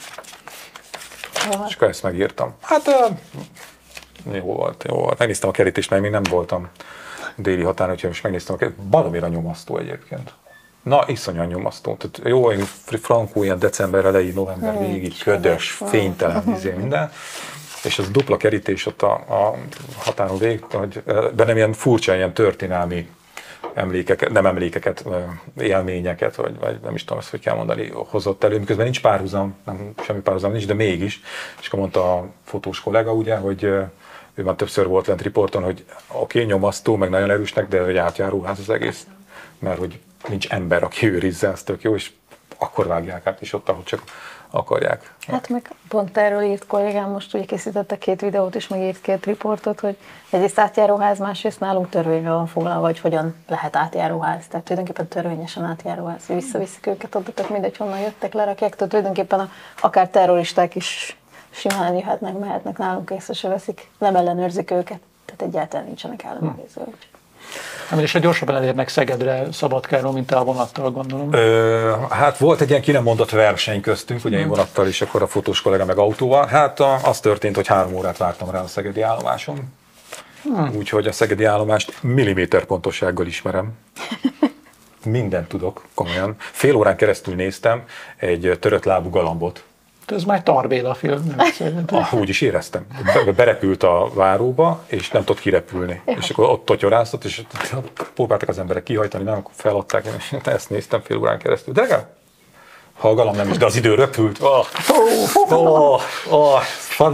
És akkor ezt megírtam. Hát jó volt, jó volt. Megnéztem a kerítést, mert még nem voltam déli határon, úgyhogy most megnéztem a kerítést. Baromira nyomasztó egyébként. Na, iszonyan nyomasztó. Tehát jó, én frankó, ilyen december elejé, november hmm, végig, ködös, fénytelen, izé minden. És az dupla kerítés ott a, a határon végig, hogy bennem ilyen furcsa, ilyen történelmi emlékeket, nem emlékeket, élményeket, vagy, vagy nem is tudom ezt, hogy kell mondani, hozott elő, miközben nincs párhuzam, nem, semmi párhuzam nincs, de mégis. És akkor mondta a fotós kollega, ugye, hogy ő már többször volt lent riporton, hogy oké, okay, nyomasztó, meg nagyon erősnek, de egy átjáróház az egész, mert hogy nincs ember, aki őrizze, ez tök jó, és akkor vágják át is ott, ahogy csak akarják. Hát meg pont erről írt kollégám, most ugye készítette két videót is, meg írt két riportot, hogy egyrészt átjáróház, másrészt nálunk törvényre van foglalva, hogy hogyan lehet átjáróház. Tehát tulajdonképpen törvényesen átjáróház. Visszaviszik őket oda, tehát mindegy, honnan jöttek, lerakják. Tehát tulajdonképpen a, akár terroristák is simán jöhetnek, mehetnek, nálunk észre se veszik, nem ellenőrzik őket. Tehát egyáltalán nincsenek ellenőrizők. Hm. Nem, és gyorsabban elérnek Szegedre Szabadkáról, mint te a vonattal, gondolom. Ö, hát volt egy ilyen ki nem mondott verseny köztünk, ugye én vonattal és akkor a fotós kollega meg autóval. Hát az történt, hogy három órát vártam rá a szegedi állomáson. Hmm. Úgyhogy a szegedi állomást milliméter pontossággal ismerem. Mindent tudok, komolyan. Fél órán keresztül néztem egy törött lábú galambot. Ez már Tarbéla film. Ah, úgy is éreztem. Berepült a váróba, és nem tudott kirepülni. Ja. És akkor ott totyoráztat, és próbáltak az emberek kihajtani, nem, akkor feladták, és ezt néztem fél órán keresztül. De legalább, ha a galamb nem is, de az idő röpült. Oh, oh, oh,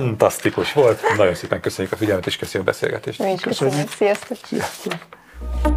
fantasztikus volt. Nagyon szépen köszönjük a figyelmet, és köszönjük a beszélgetést. Mi is köszönjük. Sziasztok. Sziasztok.